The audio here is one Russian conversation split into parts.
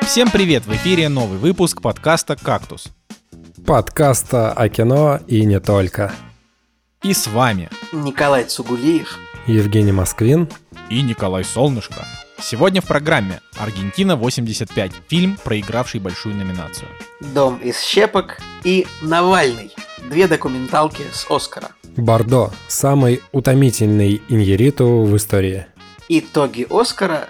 Всем привет! В эфире новый выпуск подкаста «Кактус». Подкаста о кино и не только. И с вами Николай Цугулиев, Евгений Москвин и Николай Солнышко. Сегодня в программе «Аргентина 85», фильм, проигравший большую номинацию. «Дом из щепок» и «Навальный». Две документалки с Оскара. Бордо. Самый утомительный иньярриту в истории. Итоги Оскара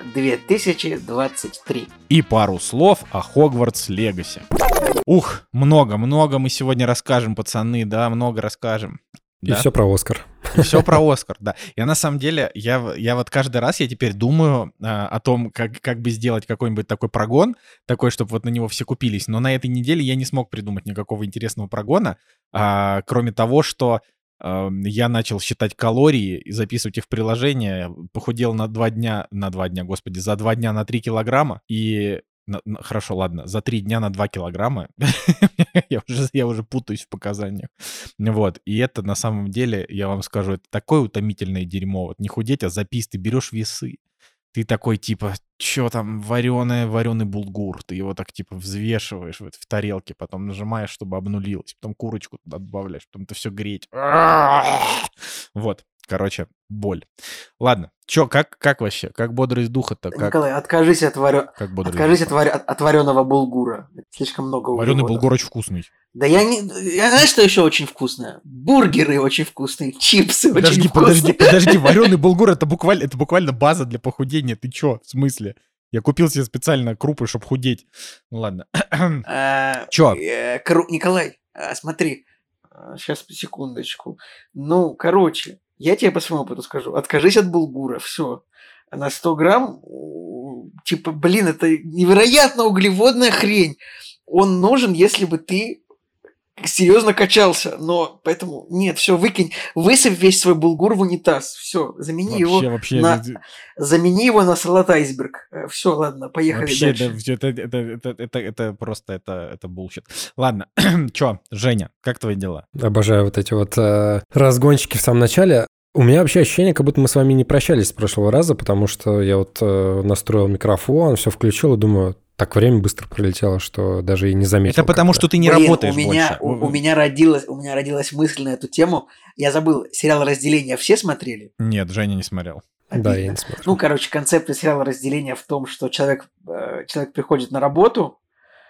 2023. И пару слов о Хогвартс Легаси. Ух, много мы сегодня расскажем, пацаны, да, много расскажем. И да? все про Оскар. И все про Оскар, да. Я на самом деле, я вот каждый раз я теперь думаю о том, как бы сделать какой-нибудь такой прогон, такой, чтобы вот на него все купились. Но на этой неделе я не смог придумать никакого интересного прогона, кроме того, что я начал считать калории и записывать их в приложение. Похудел за 2 дня на 3 килограмма. И хорошо, ладно, за 3 дня на 2 килограмма. я уже путаюсь в показаниях. Вот. И это на самом деле, я вам скажу, это такое утомительное дерьмо. Вот не худеть, а запись. Ты берешь весы. Ты такой, типа, что там, вареный булгур. Ты его так, типа, взвешиваешь в тарелке, потом нажимаешь, чтобы обнулилось. Потом курочку туда добавляешь, потом это все греть. Вот, короче, боль. Ладно, что, как вообще? Как бодрость духа-то? Николай, откажись от вареного булгура. Слишком много углеводов. Вареный булгур очень вкусный. Да я знаешь, что еще очень вкусное? Бургеры очень вкусные, чипсы очень вкусные. Подожди, вареный булгур это буквально база для похудения. Ты чё, в смысле? Я купил себе специально крупы, чтобы худеть. Ну ладно. Чё? Николай, смотри. Сейчас, секундочку. Ну, короче, я тебе по своему опыту скажу. Откажись от булгура, все. На 100 грамм, типа, блин, это невероятно углеводная хрень. Он нужен, если бы ты серьезно качался, но поэтому нет, все, высыпь весь свой булгур в унитаз, все, замени его на салат айсберг. Все, ладно, поехали вообще, дальше. Это просто, это булщит. Ладно, чё, Женя, как твои дела? Обожаю вот эти вот разгончики в самом начале. У меня вообще ощущение, как будто мы с вами не прощались с прошлого раза, потому что я вот настроил микрофон, все включил и думаю... Так время быстро пролетело, что даже и не заметил. Это потому, что ты не работаешь больше. У меня родилась мысль на эту тему. Я забыл, сериал «Разделение» все смотрели? Нет, Женя не смотрел. Да, я не смотрел. Ну, короче, концепция сериала «Разделение» в том, что человек приходит на работу,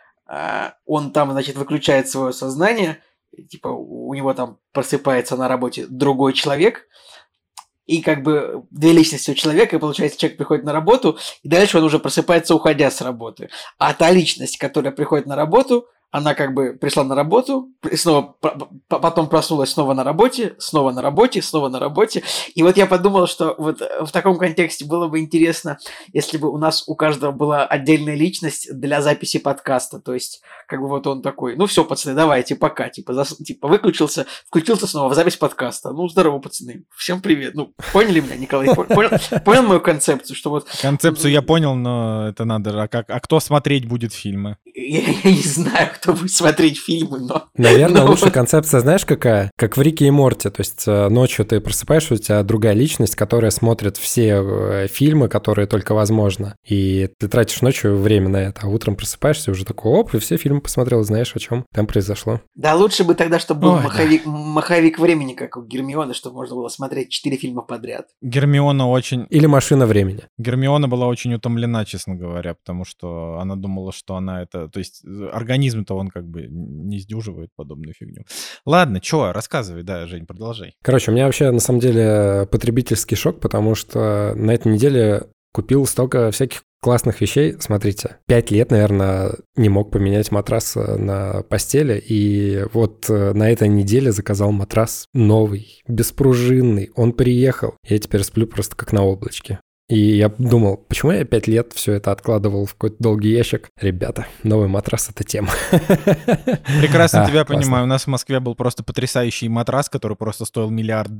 он там, значит, выключает свое сознание, типа у него там просыпается на работе другой человек, и как бы две личности у человека, и получается, человек приходит на работу, и дальше он уже просыпается, уходя с работы. А та личность, которая приходит на работу, она как бы пришла на работу, и снова, потом проснулась снова на работе, снова на работе, снова на работе. И вот я подумал, что вот в таком контексте было бы интересно, если бы у нас у каждого была отдельная личность для записи подкаста. То есть, как бы вот он такой, ну все, пацаны, давайте, пока. Типа выключился, включился снова в запись подкаста. Ну, здорово, пацаны, всем привет. Ну, поняли меня, Николай? Понял мою концепцию? Что вот... Концепцию я понял, но это надо... А кто смотреть будет фильмы? Я не знаю, кто будет смотреть фильмы, но... Наверное, лучшая концепция, знаешь, какая? Как в «Рике и Морти». То есть ночью ты просыпаешься, у тебя другая личность, которая смотрит все фильмы, которые только возможно. И ты тратишь ночью время на это, а утром просыпаешься уже такой, оп, и все фильмы посмотрел, знаешь, о чем там произошло. Да лучше бы тогда, чтобы был маховик времени, как у Гермионы, чтобы можно было смотреть 4 фильма подряд. Гермиона очень... Или «Машина времени». Гермиона была очень утомлена, честно говоря, потому что она думала, что она это... То есть организм-то он как бы не сдюживает подобную фигню. Ладно, чё, рассказывай, да, Жень, продолжай. Короче, у меня вообще на самом деле потребительский шок, потому что на этой неделе купил столько всяких классных вещей. Смотрите, 5 лет, наверное, не мог поменять матрас на постели, и вот на этой неделе заказал матрас новый, беспружинный, он приехал. Я теперь сплю просто как на облачке. И я думал, почему я 5 лет все это откладывал в какой-то долгий ящик? Ребята, новый матрас — это тема. Прекрасно тебя понимаю. У нас в Москве был просто потрясающий матрас, который просто стоил $1 миллиард.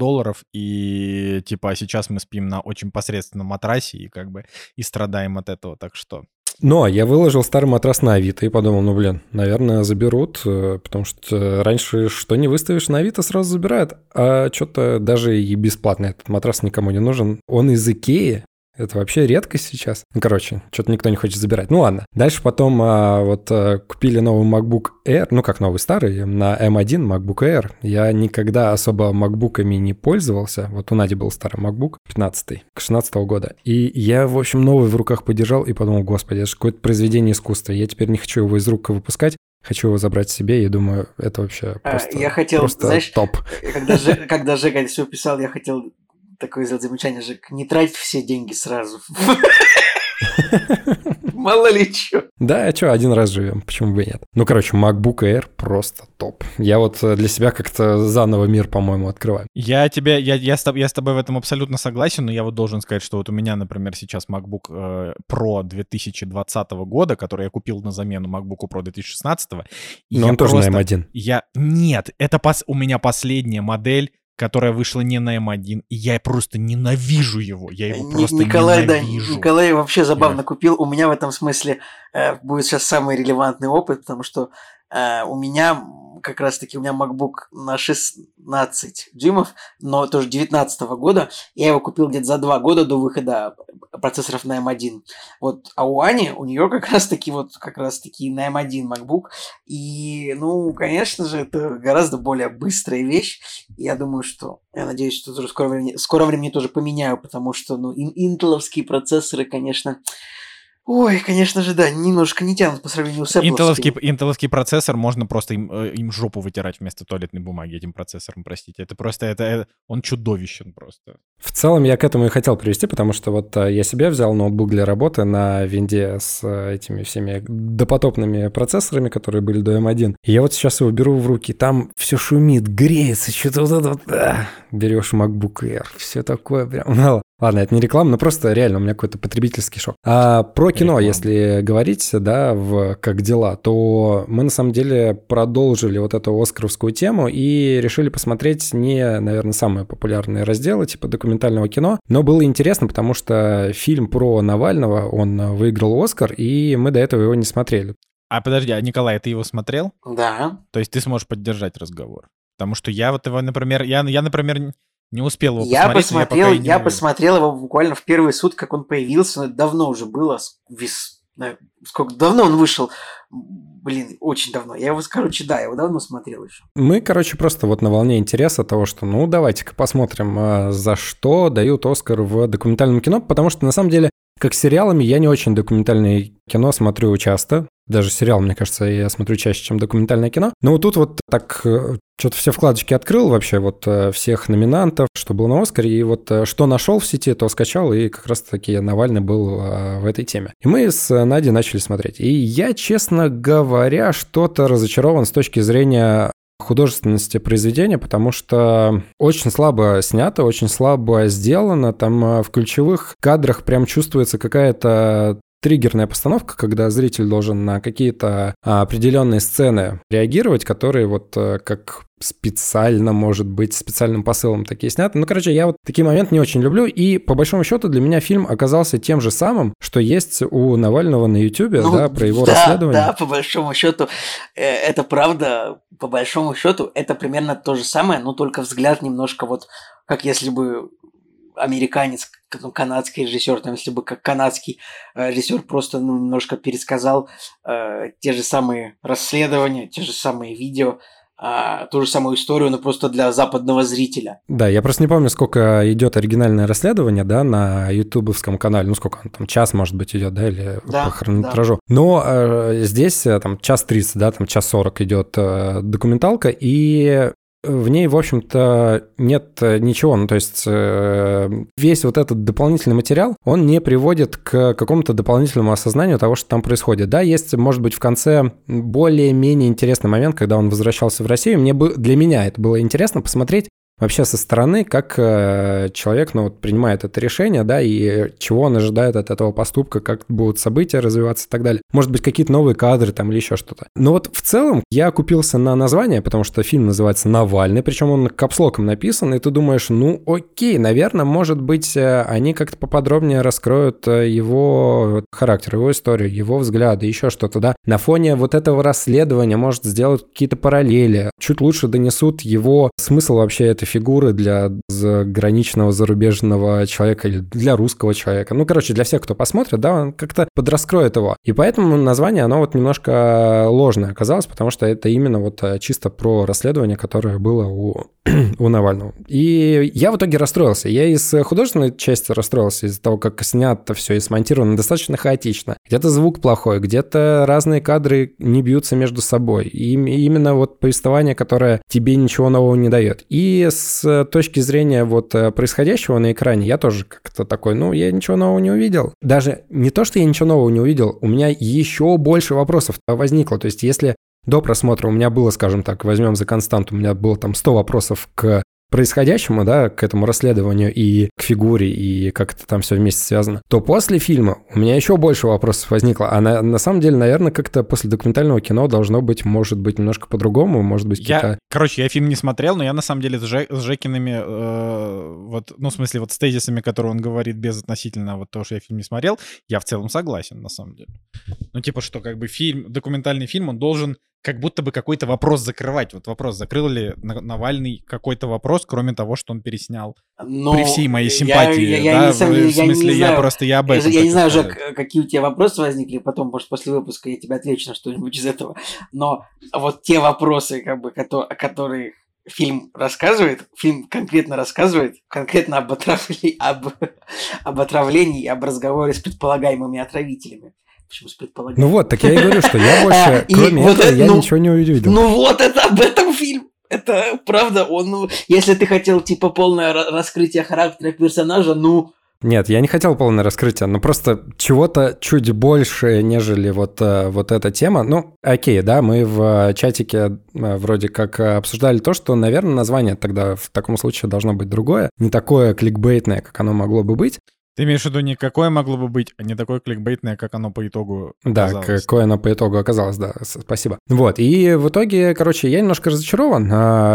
И типа сейчас мы спим на очень посредственном матрасе и как бы и страдаем от этого, так что... Но я выложил старый матрас на Авито и подумал, ну, блин, наверное, заберут, потому что раньше что не выставишь на Авито, сразу забирают, а что-то даже и бесплатно этот матрас никому не нужен. Он из Икеи, Это вообще редкость сейчас. Ну, короче, что-то никто не хочет забирать. Ну, ладно. Дальше потом купили новый MacBook Air. Ну, как новый, старый, на M1 MacBook Air. Я никогда особо MacBook'ами не пользовался. Вот у Нади был старый MacBook 15-й, 16-го года. И я, в общем, новый в руках подержал и подумал, господи, это же какое-то произведение искусства. Я теперь не хочу его из рук выпускать. Хочу его забрать себе, и думаю, это вообще просто, я хотел, просто знаешь, топ. Когда Жека все писал, я хотел такое сделать замечание, Жек, не трать все деньги сразу. Мало ли что. Да, а что, один раз живем, почему бы и нет. Ну, короче, MacBook Air просто топ. Я вот для себя как-то заново мир, по-моему, открываю. Я с тобой в этом абсолютно согласен, но я вот должен сказать, что вот у меня, например, сейчас MacBook Pro 2020 года, который я купил на замену MacBook Pro 2016. Но он тоже на M1. Нет, это у меня последняя модель, которая вышла не на M1, и я просто ненавижу его. Я его просто ненавижу. Николай вообще забавно купил. У меня в этом смысле будет сейчас самый релевантный опыт, потому что у меня как раз-таки MacBook на 16 дюймов, но тоже 19 года. Я его купил где-то за 2 года до выхода процессоров на M1. Вот, а у Ани, у нее как раз-таки на M1 MacBook. И, ну, конечно же, это гораздо более быстрая вещь. Я надеюсь, что тоже в скором времени тоже поменяю, потому что, интеловские процессоры, конечно... Ой, конечно же, да, немножко не тянут по сравнению с Apple. Интеловский процессор, можно просто им жопу вытирать вместо туалетной бумаги этим процессором, простите. Это просто, он чудовищен просто. В целом я к этому и хотел привести, потому что вот я себе взял ноутбук для работы на винде с этими всеми допотопными процессорами, которые были до M1. И я вот сейчас его беру в руки, там все шумит, греется, что-то вот это вот. Берешь MacBook Air, все такое прям... Ладно, это не реклама, но просто реально у меня какой-то потребительский шок. А про кино, если говорить, да, в «Как дела?», то мы на самом деле продолжили вот эту оскаровскую тему и решили посмотреть не, наверное, самые популярные разделы типа документального кино, но было интересно, потому что фильм про Навального, он выиграл Оскар, и мы до этого его не смотрели. А подожди, Николай, ты его смотрел? Да. То есть ты сможешь поддержать разговор? Потому что я вот его, например, например, не успел его посмотреть. Я посмотрел его буквально в первые сутки, как он появился, но это давно уже было. Сколько давно он вышел? Блин, очень давно. Я его давно смотрел еще. Мы, просто вот на волне интереса того, что, давайте-ка посмотрим, за что дают Оскар в документальном кино, потому что, на самом деле, как с сериалами, я не очень документальное кино смотрю часто. Даже сериал, мне кажется, я смотрю чаще, чем документальное кино. Но вот тут вот так что-то все вкладочки открыл вообще, вот всех номинантов, что было на Оскаре, и вот что нашел в сети, то скачал, и как раз-таки Навальный был в этой теме. И мы с Надей начали смотреть. И я, честно говоря, что-то разочарован с точки зрения художественности произведения, потому что очень слабо снято, очень слабо сделано. Там в ключевых кадрах прям чувствуется какая-то триггерная постановка, когда зритель должен на какие-то определенные сцены реагировать, которые вот как специально, может быть, специальным посылом такие сняты. Я вот такие моменты не очень люблю, и по большому счету для меня фильм оказался тем же самым, что есть у Навального на Ютубе, про его расследование. Да, по большому счету это правда, по большому счету это примерно то же самое, но только взгляд немножко вот, как если бы американец, канадский режиссер, если бы как канадский режиссер просто немножко пересказал те же самые расследования, те же самые видео, ту же самую историю, но просто для западного зрителя. Да, я просто не помню, сколько идет оригинальное расследование, да, на ютубовском канале, сколько он там, час, может быть, идет, да, или по хронометражу. Да. Но здесь там час 30, да, там час 40 идет документалка, и в ней, в общем-то, нет ничего. То есть весь вот этот дополнительный материал, он не приводит к какому-то дополнительному осознанию того, что там происходит. Да, есть, может быть, в конце более-менее интересный момент, когда он возвращался в Россию. Для меня это было интересно посмотреть вообще со стороны, как человек принимает это решение, да, и чего он ожидает от этого поступка, как будут события развиваться и так далее. Может быть, какие-то новые кадры там или еще что-то. Но вот в целом я купился на название, потому что фильм называется «Навальный», причем он капслоком написан, и ты думаешь, окей, наверное, может быть, они как-то поподробнее раскроют его характер, его историю, его взгляды, еще что-то, да. На фоне вот этого расследования, может, сделать какие-то параллели, чуть лучше донесут его смысл вообще этой фигуры для заграничного, зарубежного человека или для русского человека. Ну, короче, для всех, кто посмотрит, да, он как-то подраскроет его. И поэтому название, оно вот немножко ложное оказалось, потому что это именно вот чисто про расследование, которое было у Навального. И я в итоге расстроился. Я из художественной части расстроился из-за того, как снято все и смонтировано достаточно хаотично. Где-то звук плохой, где-то разные кадры не бьются между собой. И именно вот повествование, которое тебе ничего нового не дает. И с точки зрения вот происходящего на экране, я тоже как-то такой, ну, я ничего нового не увидел. Даже не то, что я ничего нового не увидел, у меня еще больше вопросов возникло. То есть если до просмотра у меня было, скажем так, возьмем за константу, у меня было там 100 вопросов к происходящему, да, к этому расследованию и к фигуре, и как это там все вместе связано, то после фильма у меня еще больше вопросов возникло. А на самом деле, наверное, как-то после документального кино должно быть, может быть, немножко по-другому, может быть, какие-то... Короче, я фильм не смотрел, но я на самом деле с Жекиными, вот, ну, в смысле, вот с тезисами, которые он говорит безотносительно вот того, что я фильм не смотрел, я в целом согласен, на самом деле. Ну, типа, что как бы фильм, документальный фильм, он должен как будто бы какой-то вопрос закрывать. Вот вопрос, закрыл ли Навальный какой-то вопрос, кроме того, что он переснял? Ну, при всей моей симпатии, да? В смысле, я об этом Я не знаю, сказать. Жек, какие у тебя вопросы возникли, потом, может, после выпуска я тебе отвечу на что-нибудь из этого. Но вот те вопросы, как бы, которые фильм рассказывает, фильм конкретно рассказывает, конкретно об отравлении, об разговоре с предполагаемыми отравителями. Почему с предполагаемыми? Ну вот, так я и говорю, что я больше, кроме этого, я ничего не увидел. Ну вот, это об этом фильм. Это правда, если ты хотел, типа, полное раскрытие характера персонажа, ну... Нет, я не хотел полное раскрытие, но просто чего-то чуть больше, нежели вот эта тема. Ну, окей, да, мы в чатике вроде как обсуждали то, что, наверное, название тогда в таком случае должно быть другое, не такое кликбейтное, как оно могло бы быть. Ты имеешь в виду не какое могло бы быть, а не такое кликбейтное, как оно по итогу оказалось. Да, какое оно по итогу оказалось, да, спасибо. Вот, и в итоге, короче, я немножко разочарован.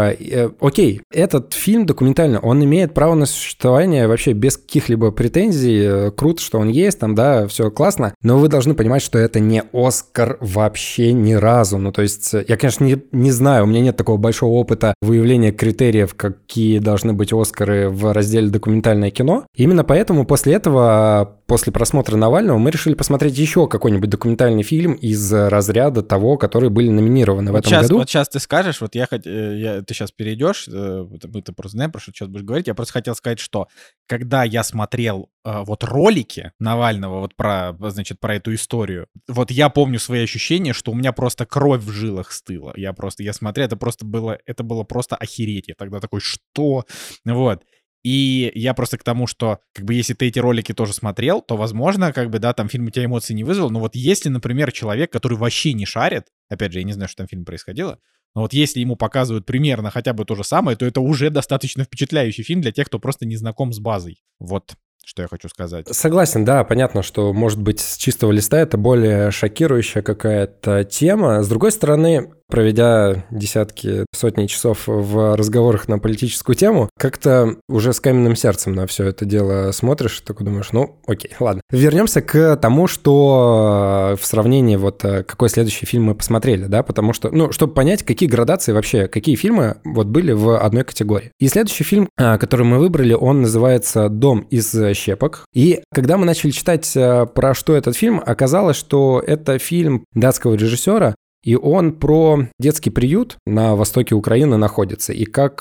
Окей, этот фильм документальный, он имеет право на существование вообще без каких-либо претензий. Круто, что он есть, там, да, все классно, но вы должны понимать, что это не Оскар вообще ни разу. Ну, то есть, я, конечно, не знаю, у меня нет такого большого опыта выявления критериев, какие должны быть Оскары в разделе «Документальное кино». Именно поэтому после этого, после просмотра Навального, мы решили посмотреть еще какой-нибудь документальный фильм из разряда того, которые были номинированы в этом году. Вот сейчас ты скажешь, вот ты сейчас перейдешь, ты просто знаешь, про что сейчас будешь говорить, я просто хотел сказать, что когда я смотрел вот ролики Навального вот про эту историю, вот я помню свои ощущения, что у меня просто кровь в жилах стыла. Я смотрел, это было просто охереть. Я тогда такой, что? Вот. И я просто к тому, что, как бы, если ты эти ролики тоже смотрел, то, возможно, как бы, да, там фильм у тебя эмоций не вызвал, но вот если, например, человек, который вообще не шарит, опять же, я не знаю, что там в фильме происходило, но вот если ему показывают примерно хотя бы то же самое, то это уже достаточно впечатляющий фильм для тех, кто просто не знаком с базой. Вот что я хочу сказать. Согласен, да, понятно, что, может быть, с чистого листа это более шокирующая какая-то тема. С другой стороны, проведя десятки, сотни часов в разговорах на политическую тему, как-то уже с каменным сердцем на все это дело смотришь, такой думаешь, ну, окей, ладно. Вернемся к тому, что в сравнении вот какой следующий фильм мы посмотрели, да, потому что, ну, чтобы понять, какие градации вообще, какие фильмы вот были в одной категории. И следующий фильм, который мы выбрали, он называется «Дом из щепок». И когда мы начали читать, про что этот фильм, оказалось, что это фильм датского режиссера, и он про детский приют на востоке Украины находится. И как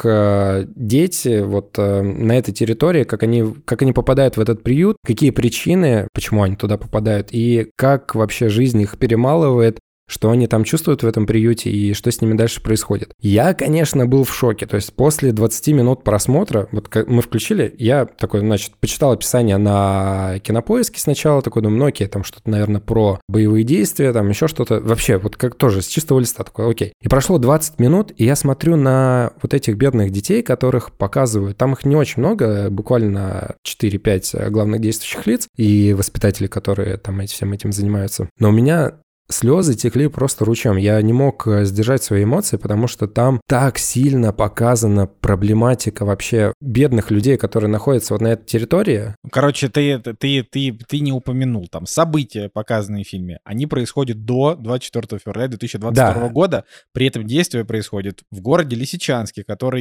дети вот на этой территории, как они попадают в этот приют, какие причины, почему они туда попадают, и как вообще жизнь их перемалывает, что они там чувствуют в этом приюте и что с ними дальше происходит. Я, конечно, был в шоке. То есть после 20 минут просмотра, вот мы включили, я такой, значит, почитал описание на Кинопоиске сначала, такой, думаю, ну окей, там что-то, наверное, про боевые действия, там еще что-то. Вообще, вот как тоже с чистого листа такой, окей. И прошло 20 минут, и я смотрю на вот этих бедных детей, которых показывают. Там их не очень много, буквально 4-5 главных действующих лиц и воспитатели, которые там всем этим занимаются. Но у меня слезы текли просто ручьем. Я не мог сдержать свои эмоции, потому что там так сильно показана проблематика вообще бедных людей, которые находятся вот на этой территории. Короче, ты не упомянул там события, показанные в фильме. Они происходят до 24 февраля 2022 года. При этом действие происходит в городе Лисичанске, который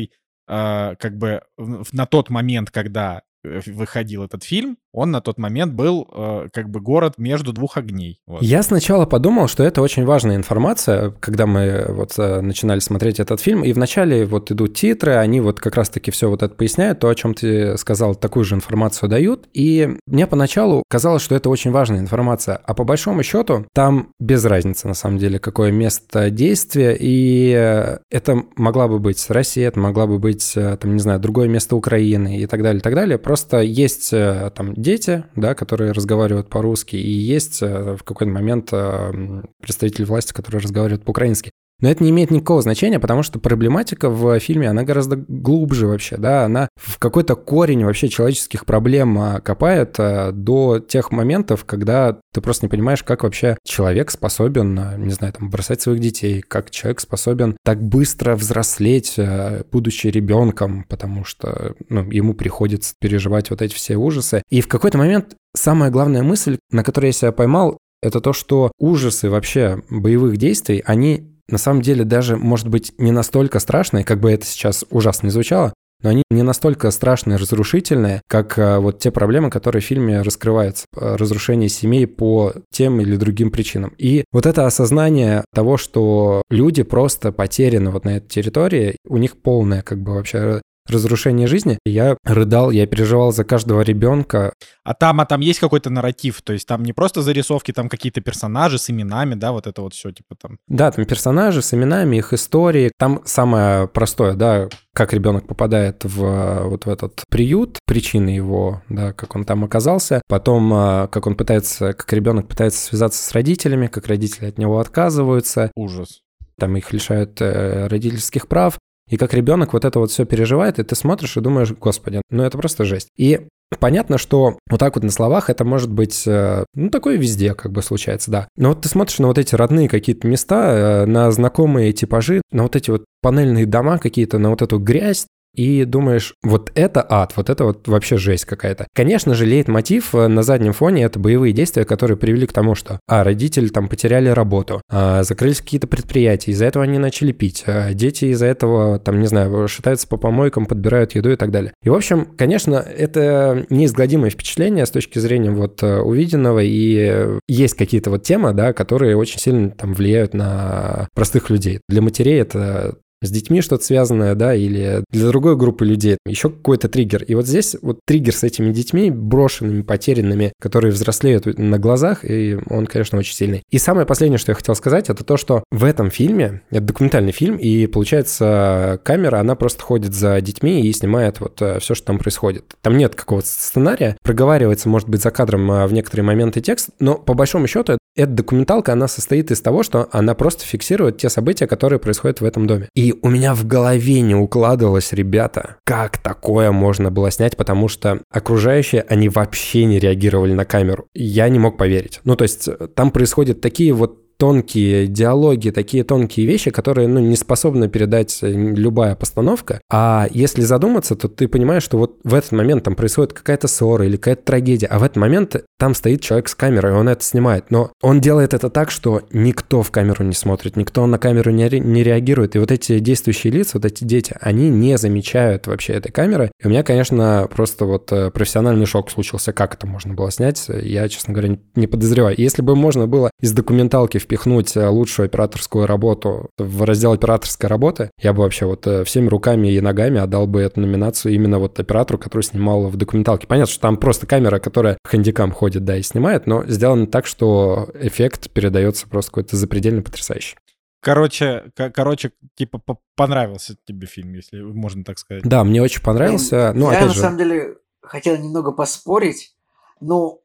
как бы на тот момент, когда выходил этот фильм, он на тот момент был как бы город между двух огней. Вот. Я сначала подумал, что это очень важная информация, когда мы вот начинали смотреть этот фильм, и вначале вот идут титры, они вот как раз-таки все вот это поясняют, то, о чем ты сказал, такую же информацию дают, и мне поначалу казалось, что это очень важная информация, а по большому счету там без разницы на самом деле, какое место действия, и это могла бы быть Россия, это могла бы быть, там, не знаю, другое место Украины и так далее, и так далее. Просто есть там дети, да, которые разговаривают по-русски, и есть в какой-то момент представители власти, которые разговаривают по-украински. Но это не имеет никакого значения, потому что проблематика в фильме, она гораздо глубже вообще, да, она в какой-то корень вообще человеческих проблем копает до тех моментов, когда ты просто не понимаешь, как вообще человек способен, не знаю, там, бросать своих детей, как человек способен так быстро взрослеть, будучи ребенком, потому что, ну, ему приходится переживать вот эти все ужасы. И в какой-то момент самая главная мысль, на которой я себя поймал, это то, что ужасы вообще боевых действий, они на самом деле даже, может быть, не настолько страшные, как бы это сейчас ужасно не звучало, но они не настолько страшные, разрушительные, как вот те проблемы, которые в фильме раскрываются. Разрушение семей по тем или другим причинам. И вот это осознание того, что люди просто потеряны вот на этой территории, у них полное как бы вообще разрушение жизни. Я рыдал, я переживал за каждого ребенка. А там есть какой-то нарратив, то есть там не просто зарисовки, там какие-то персонажи с именами, да, вот это вот все типа там. Да, там персонажи с именами, их истории. Там самое простое, да, как ребенок попадает вот в этот приют, причины его, да, как он там оказался, потом как ребенок пытается связаться с родителями, как родители от него отказываются. Ужас. Там их лишают родительских прав. И как ребенок вот это вот все переживает, и ты смотришь и думаешь, господи, ну это просто жесть. И понятно, что вот так вот на словах это может быть, ну, такое везде как бы случается, да. Но вот ты смотришь на вот эти родные какие-то места, на знакомые типажи, на вот эти вот панельные дома какие-то, на вот эту грязь, и думаешь, вот это ад, вот это вот вообще жесть какая-то. Конечно же, лейтмотив на заднем фоне — это боевые действия, которые привели к тому, что родители там потеряли работу, закрылись какие-то предприятия, из-за этого они начали пить, дети из-за этого, там, не знаю, шатаются по помойкам, подбирают еду и так далее. И, в общем, конечно, это неизгладимое впечатление с точки зрения вот увиденного, и есть какие-то вот темы, да, которые очень сильно там влияют на простых людей. Для матерей это с детьми что-то связанное, да, или для другой группы людей еще какой-то триггер. И вот здесь вот триггер с этими детьми, брошенными, потерянными, которые взрослеют на глазах, и он, конечно, очень сильный. И самое последнее, что я хотел сказать, это то, что в этом фильме, это документальный фильм, и получается камера, она просто ходит за детьми и снимает вот все, что там происходит. Там нет какого-то сценария, проговаривается, может быть, за кадром в некоторые моменты текст, но по большому счету эта документалка, она состоит из того, что она просто фиксирует те события, которые происходят в этом доме. И у меня в голове не укладывалось, ребята, как такое можно было снять, потому что окружающие, они вообще не реагировали на камеру. Я не мог поверить. Ну, то есть там происходят такие вот тонкие диалоги, такие тонкие вещи, которые, ну, не способна передать любая постановка. А если задуматься, то ты понимаешь, что вот в этот момент там происходит какая-то ссора или какая-то трагедия, а в этот момент там стоит человек с камерой, и он это снимает. Но он делает это так, что никто в камеру не смотрит, никто на камеру не реагирует. И вот эти действующие лица, вот эти дети, они не замечают вообще этой камеры. И у меня, конечно, просто вот профессиональный шок случился, как это можно было снять. Я, честно говоря, не подозреваю. Если бы можно было из документалки впихнуть лучшую операторскую работу в раздел операторской работы, я бы вообще вот всеми руками и ногами отдал бы эту номинацию именно вот оператору, который снимал в документалке. Понятно, что там просто камера, которая хэндикам ходит, да, и снимает, но сделано так, что эффект передается просто какой-то запредельно потрясающий. Короче, типа понравился тебе фильм, если можно так сказать. Да, мне очень понравился. Ну, я опять на же... самом деле хотел немного поспорить, но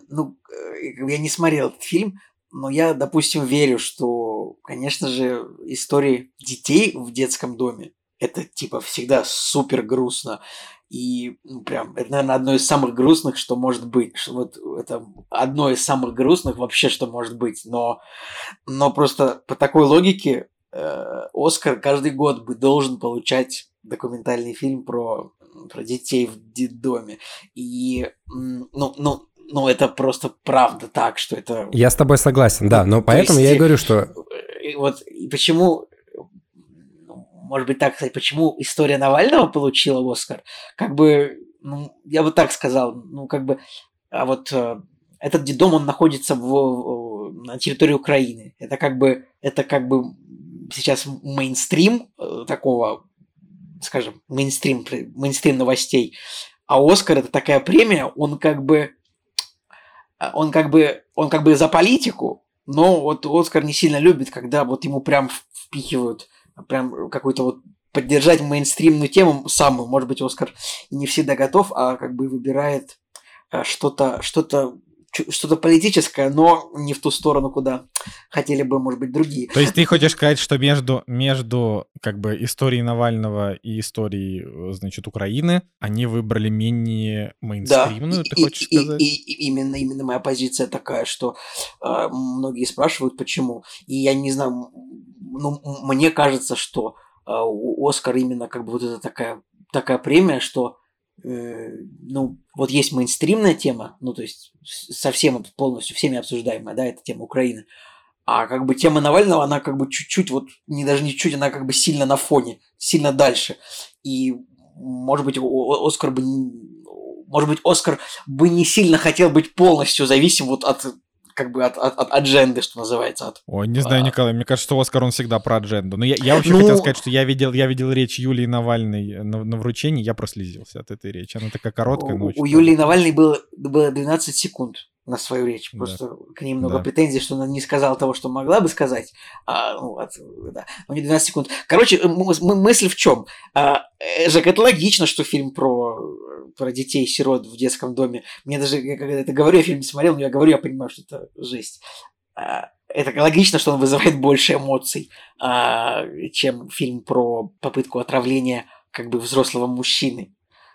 я не смотрел этот фильм, но я, допустим, верю, что, конечно же, истории детей в детском доме – это, типа, всегда супер грустно. И прям, это, наверное, одно из самых грустных, что может быть. Вот это одно из самых грустных вообще, что может быть. Но просто по такой логике Оскар каждый год бы должен получать документальный фильм про детей в детдоме. И, это просто правда так, что это... Я с тобой согласен, да, но поэтому я и говорю, что... Вот и почему может быть, так сказать, почему история Навального получила Оскар, как бы, ну, я бы так сказал, ну, как бы, а вот этот детдом, он находится на территории Украины. Это как бы сейчас мейнстрим такого, скажем, мейнстрим новостей. А Оскар – это такая премия, он как бы за политику, но вот Оскар не сильно любит, когда вот ему прям впихивают прям какую-то вот поддержать мейнстримную тему самую. Может быть, Оскар не всегда готов, а как бы выбирает что-то политическое, но не в ту сторону, куда хотели бы, может быть, другие. То есть ты хочешь сказать, что между как бы историей Навального и историей, значит, Украины, они выбрали менее мейнстримную, да, ты хочешь сказать? И именно моя позиция такая, что многие спрашивают, почему. И я не знаю, ну, мне кажется, что Оскар именно как бы вот это такая премия, что ну, вот есть мейнстримная тема, ну, то есть совсем полностью всеми обсуждаемая, да, это тема Украины, а как бы тема Навального, она как бы чуть-чуть, вот даже не чуть, она как бы сильно на фоне, сильно дальше. И, может быть, Оскар бы не сильно хотел быть полностью зависим вот от адженды, что называется. Ой, не знаю, Николай, мне кажется, что Оскар, он всегда про адженду. Но я вообще хотел сказать, что я видел речь Юлии Навальной на вручении, я прослезился от этой речи. Она такая короткая, но очень... У Юлии Навальной было 12 секунд на свою речь. Просто к ней много претензий, что она не сказала того, что могла бы сказать. У нее 12 секунд. Короче, мысль в чем? Жек, это логично, что фильм про детей-сирот в детском доме. Мне даже, я когда это говорю, я фильм не смотрел, но я понимаю, что это жесть. Это логично, что он вызывает больше эмоций, чем фильм про попытку отравления как бы взрослого мужчины.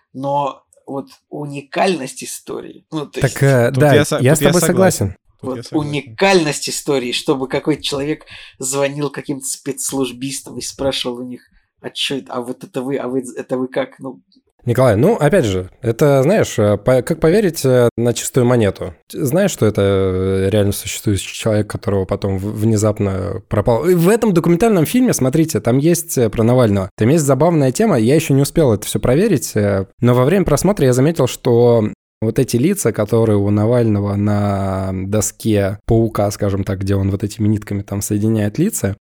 Но вот уникальность истории... Ну, то есть, я с тобой согласен. Вот уникальность истории, чтобы какой-то человек звонил каким-то спецслужбистам и спрашивал у них, а что это, а вот это вы как? Ну, Николай, ну, опять же, это, знаешь, как поверить на чистую монету? Знаешь, что это реально существующий человек, которого потом внезапно пропал? И в этом документальном фильме, смотрите, там есть про Навального, там есть забавная тема, я еще не успел это все проверить, но во время просмотра я заметил, что вот эти лица, которые у Навального на доске паука, скажем так, где он вот этими нитками там соединяет лица,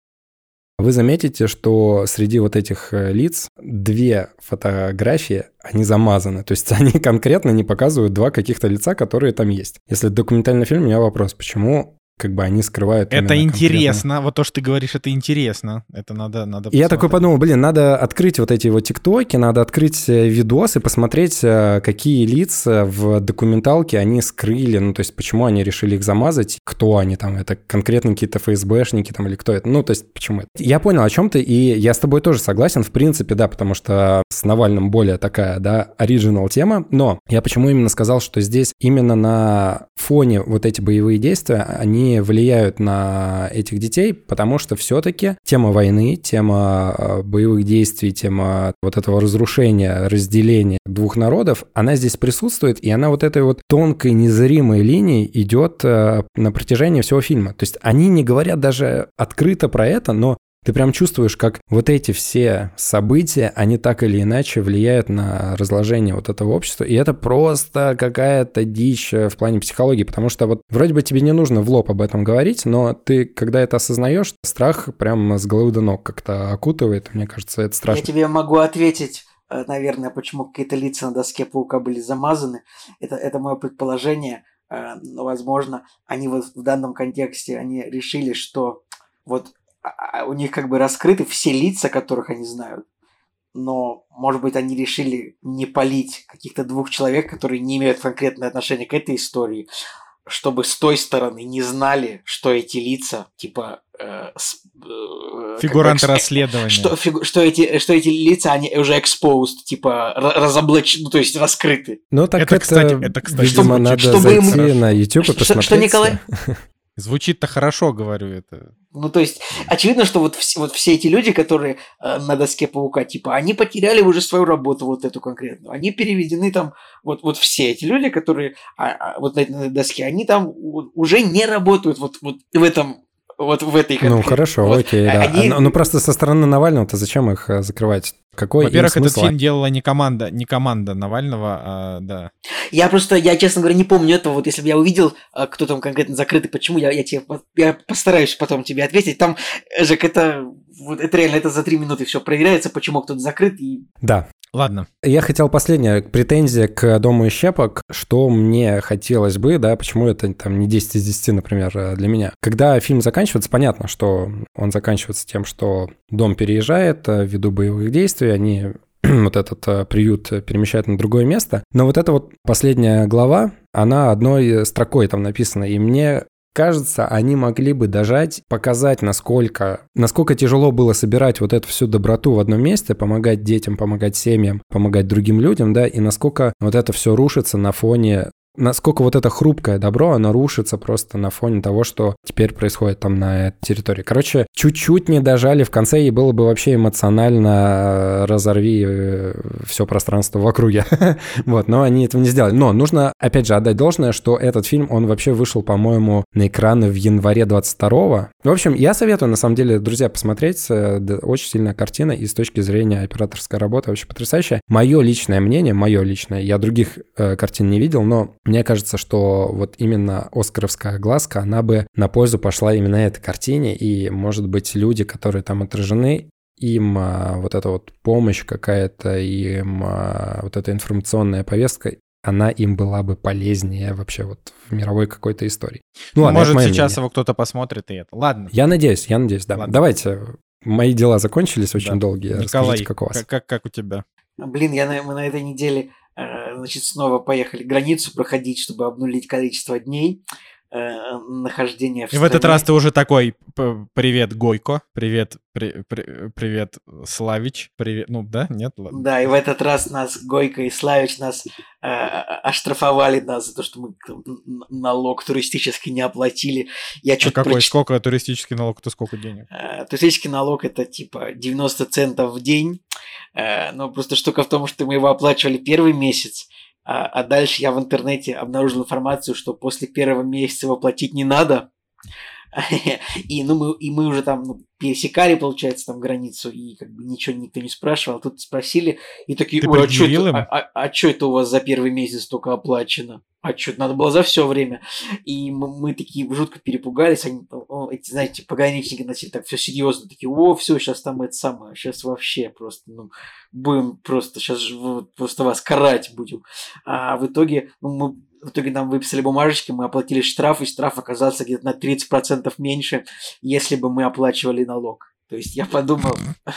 вы заметите, что среди вот этих лиц 2 фотографии, они замазаны. То есть они конкретно не показывают 2 каких-то лица, которые там есть. Если это документальный фильм, у меня вопрос, почему как бы они скрывают... Это интересно. Вот то, что ты говоришь, это интересно. Это надо И я такой подумал, надо открыть вот эти вот тиктоки, надо открыть видосы, посмотреть, какие лица в документалке они скрыли, ну, то есть почему они решили их замазать, кто они там, это конкретно какие-то ФСБшники там или кто это, ну, то есть почему это. Я понял о чем ты, и я с тобой тоже согласен, в принципе, да, потому что с Навальным более такая, да, оригинал тема, но я почему именно сказал, что здесь именно на фоне вот эти боевые действия, они влияют на этих детей, потому что все-таки тема войны, тема боевых действий, тема вот этого разрушения, разделения 2 народов, она здесь присутствует, и она вот этой вот тонкой, незримой линией идет на протяжении всего фильма. То есть они не говорят даже открыто про это, но ты прям чувствуешь, как вот эти все события, они так или иначе влияют на разложение вот этого общества. И это просто какая-то дичь в плане психологии, потому что вот вроде бы тебе не нужно в лоб об этом говорить, но ты, когда это осознаешь, страх прям с головы до ног как-то окутывает. Мне кажется, это страшно. Я тебе могу ответить, наверное, почему какие-то лица на доске паука были замазаны. Это мое предположение. Возможно, они вот в данном контексте они решили, что вот у них как бы раскрыты все лица, которых они знают. Но, может быть, они решили не палить каких-то 2 человек, которые не имеют конкретное отношение к этой истории, чтобы с той стороны не знали, что эти лица, типа... фигуранты расследования. Что эти лица, они уже exposed, типа разоблачены, ну, то есть раскрыты. Ну, так это кстати, чтобы видимо, надо зайти на YouTube и посмотреть. Что, Николай? Звучит-то хорошо, говорю это. Ну, то есть, очевидно, что вот все эти люди, которые на доске паука, типа, они потеряли уже свою работу, вот эту конкретную. Они переведены там, вот все эти люди, которые вот на этой доске, они там уже не работают вот в Вот в этой Ну, хорошо, вот. окей, да. Они... Ну, просто со стороны Навального-то зачем их закрывать? Какой Во-первых, им этот смысл? фильм делала не команда Навального, да. Я, честно говоря, не помню этого. Вот если бы я увидел, кто там конкретно закрытый, почему, я постараюсь потом тебе ответить. Там, Жек, это реально, это за 3 минуты все проверяется, почему кто-то закрыт. И... Да. Ладно. Я хотел последняя претензия к «Дому из щепок», что мне хотелось бы, да, почему это там не 10 из 10, например, для меня. Когда фильм заканчивается, понятно, что он заканчивается тем, что дом переезжает ввиду боевых действий, они вот этот приют перемещают на другое место. Но вот эта вот последняя глава, она одной строкой там написана, и мне кажется, они могли бы дожать, показать, насколько тяжело было собирать вот эту всю доброту в одном месте, помогать детям, помогать семьям, помогать другим людям, да, и насколько вот это все рушится на фоне... Насколько вот это хрупкое добро, оно рушится просто на фоне того, что теперь происходит там на этой территории. Короче, чуть-чуть не дожали в конце, и было бы вообще эмоционально разорви все пространство в округе. Вот, но они этого не сделали. Но нужно, опять же, отдать должное, что этот фильм, он вообще вышел, по-моему, на экраны в январе 22-го. В общем, я советую, на самом деле, друзья, посмотреть. Очень сильная картина, и с точки зрения операторской работы вообще потрясающая. Мое личное мнение, я других картин не видел, но мне кажется, что вот именно «Оскаровская огласка», она бы на пользу пошла именно этой картине, и, может быть, люди, которые там отражены, им вот эта вот помощь какая-то, им вот эта информационная повестка, она им была бы полезнее вообще вот в мировой какой-то истории. Ну, ладно, может, сейчас его кто-то посмотрит и это. Ладно. Я надеюсь, да. Ладно. Давайте, мои дела закончились очень долгие. Николай, расскажите, как у вас. Как у тебя? Блин, мы на этой неделе, значит, снова поехали границу проходить, чтобы обнулить количество дней нахождения в И в этот раз ты уже такой: привет, Гойко, привет, привет, Славич, привет, ну да, нет, ладно. Да, и в этот раз нас Гойко и Славич нас оштрафовали нас за то, что мы налог туристический не оплатили. Сколько туристический налог, это сколько денег? Туристический налог это типа 90 центов в день, но просто штука в том, что мы его оплачивали первый месяц, а дальше я в интернете обнаружил информацию, что после первого месяца его платить не надо. И мы уже там пересекали, получается, там границу, и как бы ничего никто не спрашивал. Тут спросили, и такие: ой, а что это у вас за первый месяц только оплачено? А что, надо было за все время. И мы такие жутко перепугались. Они, эти, знаете, пограничники начали так все серьезно. Такие: о, все, сейчас там это самое, сейчас вообще просто, будем просто, сейчас просто вас карать будем. А в итоге, нам выписали бумажечки, мы оплатили штраф, и штраф оказался где-то на 30% меньше, если бы мы оплачивали налог. То есть я подумал,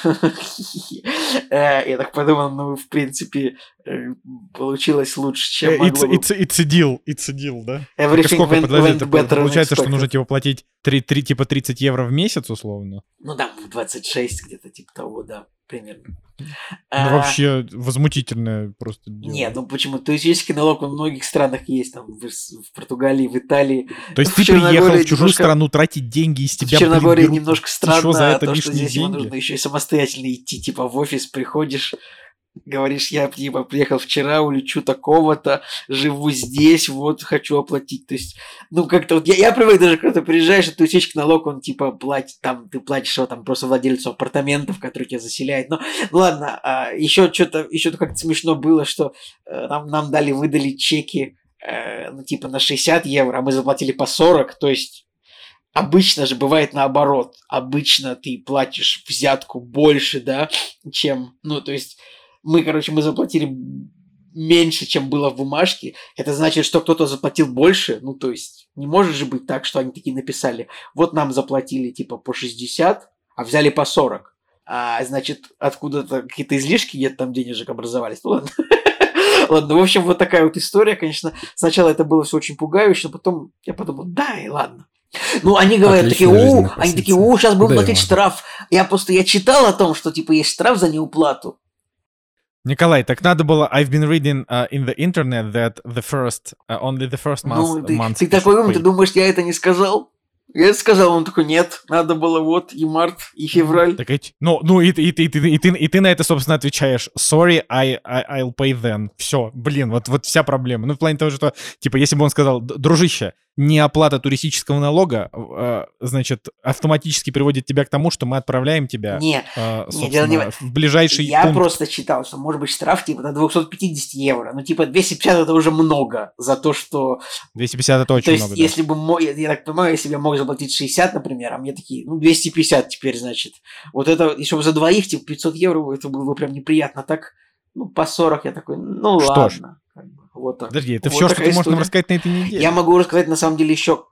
в принципе, получилось лучше, чем могло бы. И цедил, да? Everything went better than Получается, что expected. нужно типа платить 30 евро в месяц, условно? Ну да, 26 где-то, типа того, да, примерно. Вообще возмутительное просто дело. Нет, почему? Туристический налог во многих странах есть, там, в Португалии, в Италии. То есть ты приехал в чужую страну тратить деньги, из тебя, в Черногории берут немножко еще странно, за это то, что лишние здесь его деньги. нужно еще и самостоятельно идти, типа в офис приходишь, говоришь: я типа приехал вчера, улечу такого-то, живу здесь, вот хочу оплатить. То есть, как-то вот я привык, даже когда ты приезжаешь, и туристический налог, он типа платит, там ты платишь его там просто владельцу апартаментов, который тебя заселяет. Но ладно, еще как-то смешно было, что нам выдали чеки типа на 60 евро, а мы заплатили по 40, то есть обычно же бывает наоборот. Обычно ты платишь взятку больше, да, чем, то есть мы заплатили меньше, чем было в бумажке. Это значит, что кто-то заплатил больше. То есть не может же быть так, что они такие написали: вот нам заплатили типа по 60, а взяли по 40. Значит, откуда-то какие-то излишки где-то там денежек образовались. Ладно. Ладно, в общем, вот такая вот история, конечно. Сначала это было все очень пугающе, но потом я подумал: да, и ладно. Они говорят, такие: сейчас будем платить штраф. Я читал о том, что типа есть штраф за неуплату. Николай, так надо было. I've been reading in the internet that only the first month. Ты такой умный, ты думаешь, я это не сказал? Я это сказал, он такой: нет, надо было вот и март, и февраль. Так, и ты на это, собственно, отвечаешь: sorry, I'll pay then. Все, блин, вот вся проблема. В плане того, что, типа, если бы он сказал: дружище, неоплата туристического налога, значит, автоматически приводит тебя к тому, что мы отправляем тебя, собственно, в ближайший Я пункт. просто читал, что может быть штраф типа до 250 евро. Ну, типа 250 это уже много за то, что... 250 это очень то есть, много, да. если бы, я так понимаю, если бы я мог заплатить 60, например, а мне такие, 250 теперь, значит. Вот это, еще за двоих, типа 500 евро, это было бы прям неприятно. Так, по 40 я такой, Что ладно. Вот так. Подожди, это вот все, что ты можешь нам история. рассказать на этой неделе? Я могу рассказать, на самом деле, еще...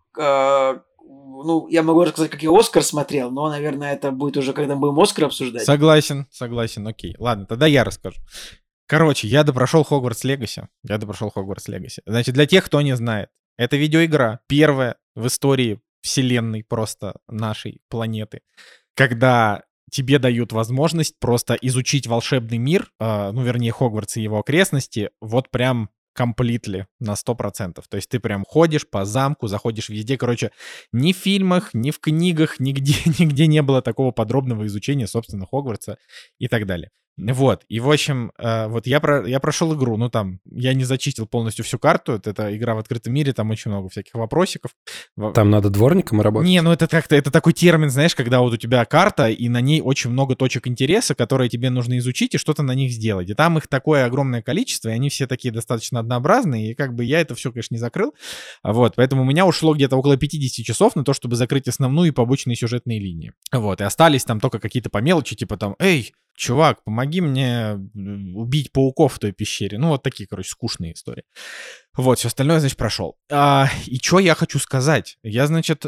я могу рассказать, как я «Оскар» смотрел, но, наверное, это будет уже, когда мы будем «Оскар» обсуждать. Согласен, окей. Ладно, тогда я расскажу. Короче, я допрошел Хогвартс Легаси. Значит, для тех, кто не знает, это видеоигра, первая в истории вселенной просто нашей планеты, когда тебе дают возможность просто изучить волшебный мир, вернее, Хогвартс и его окрестности, вот прям completely, на 100%. То есть ты прям ходишь по замку, заходишь везде. Короче, ни в фильмах, ни в книгах, нигде не было такого подробного изучения, собственно, Хогвартса и так далее. Вот, и в общем, вот я прошел игру, я не зачистил полностью всю карту, это игра в открытом мире, там очень много всяких вопросиков. Там надо дворником работать? Не, это как-то, это такой термин, знаешь, когда вот у тебя карта, и на ней очень много точек интереса, которые тебе нужно изучить и что-то на них сделать. И там их такое огромное количество, и они все такие достаточно однообразные, и как бы я это все, конечно, не закрыл. Вот, поэтому у меня ушло где-то около 50 часов на то, чтобы закрыть основную и побочные сюжетные линии. Вот, и остались там только какие-то по мелочи, типа там, чувак, помоги мне убить пауков в той пещере. Вот такие, скучные истории. Вот, все остальное, значит, прошел. И что я хочу сказать? Я, значит,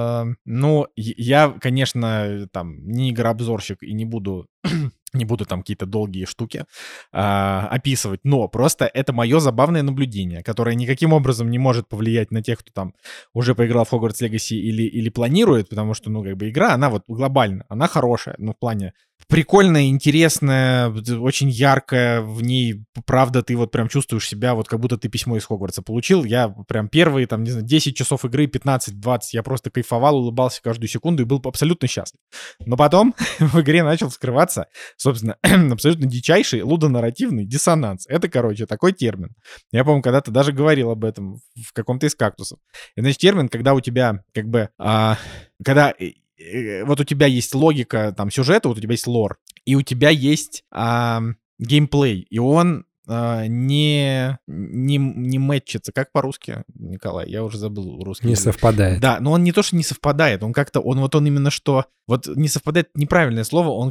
я, конечно, не игрообзорщик и не буду там какие-то долгие штуки описывать, но просто это мое забавное наблюдение, которое никаким образом не может повлиять на тех, кто там уже поиграл в Hogwarts Legacy или планирует, потому что, игра, она вот глобально, она хорошая, в плане прикольная, интересная, очень яркая, в ней, правда, ты вот прям чувствуешь себя, вот как будто ты письмо из Хогвартса получил. Я прям первые, 10 часов игры, 15-20, я просто кайфовал, улыбался каждую секунду и был абсолютно счастлив. Но потом в игре начал скрываться, собственно, абсолютно дичайший лудонарративный диссонанс. Это, такой термин. Я, по-моему, когда-то даже говорил об этом в каком-то из кактусов. Это, значит, термин, когда у тебя, когда вот у тебя есть логика сюжета, вот у тебя есть лор, и у тебя есть геймплей, и он не мэтчится. Как по-русски, Николай? Я уже забыл русский. Не совпадает. Да, но он не то, что не совпадает, он как-то, он именно что... Вот не совпадает, неправильное слово, он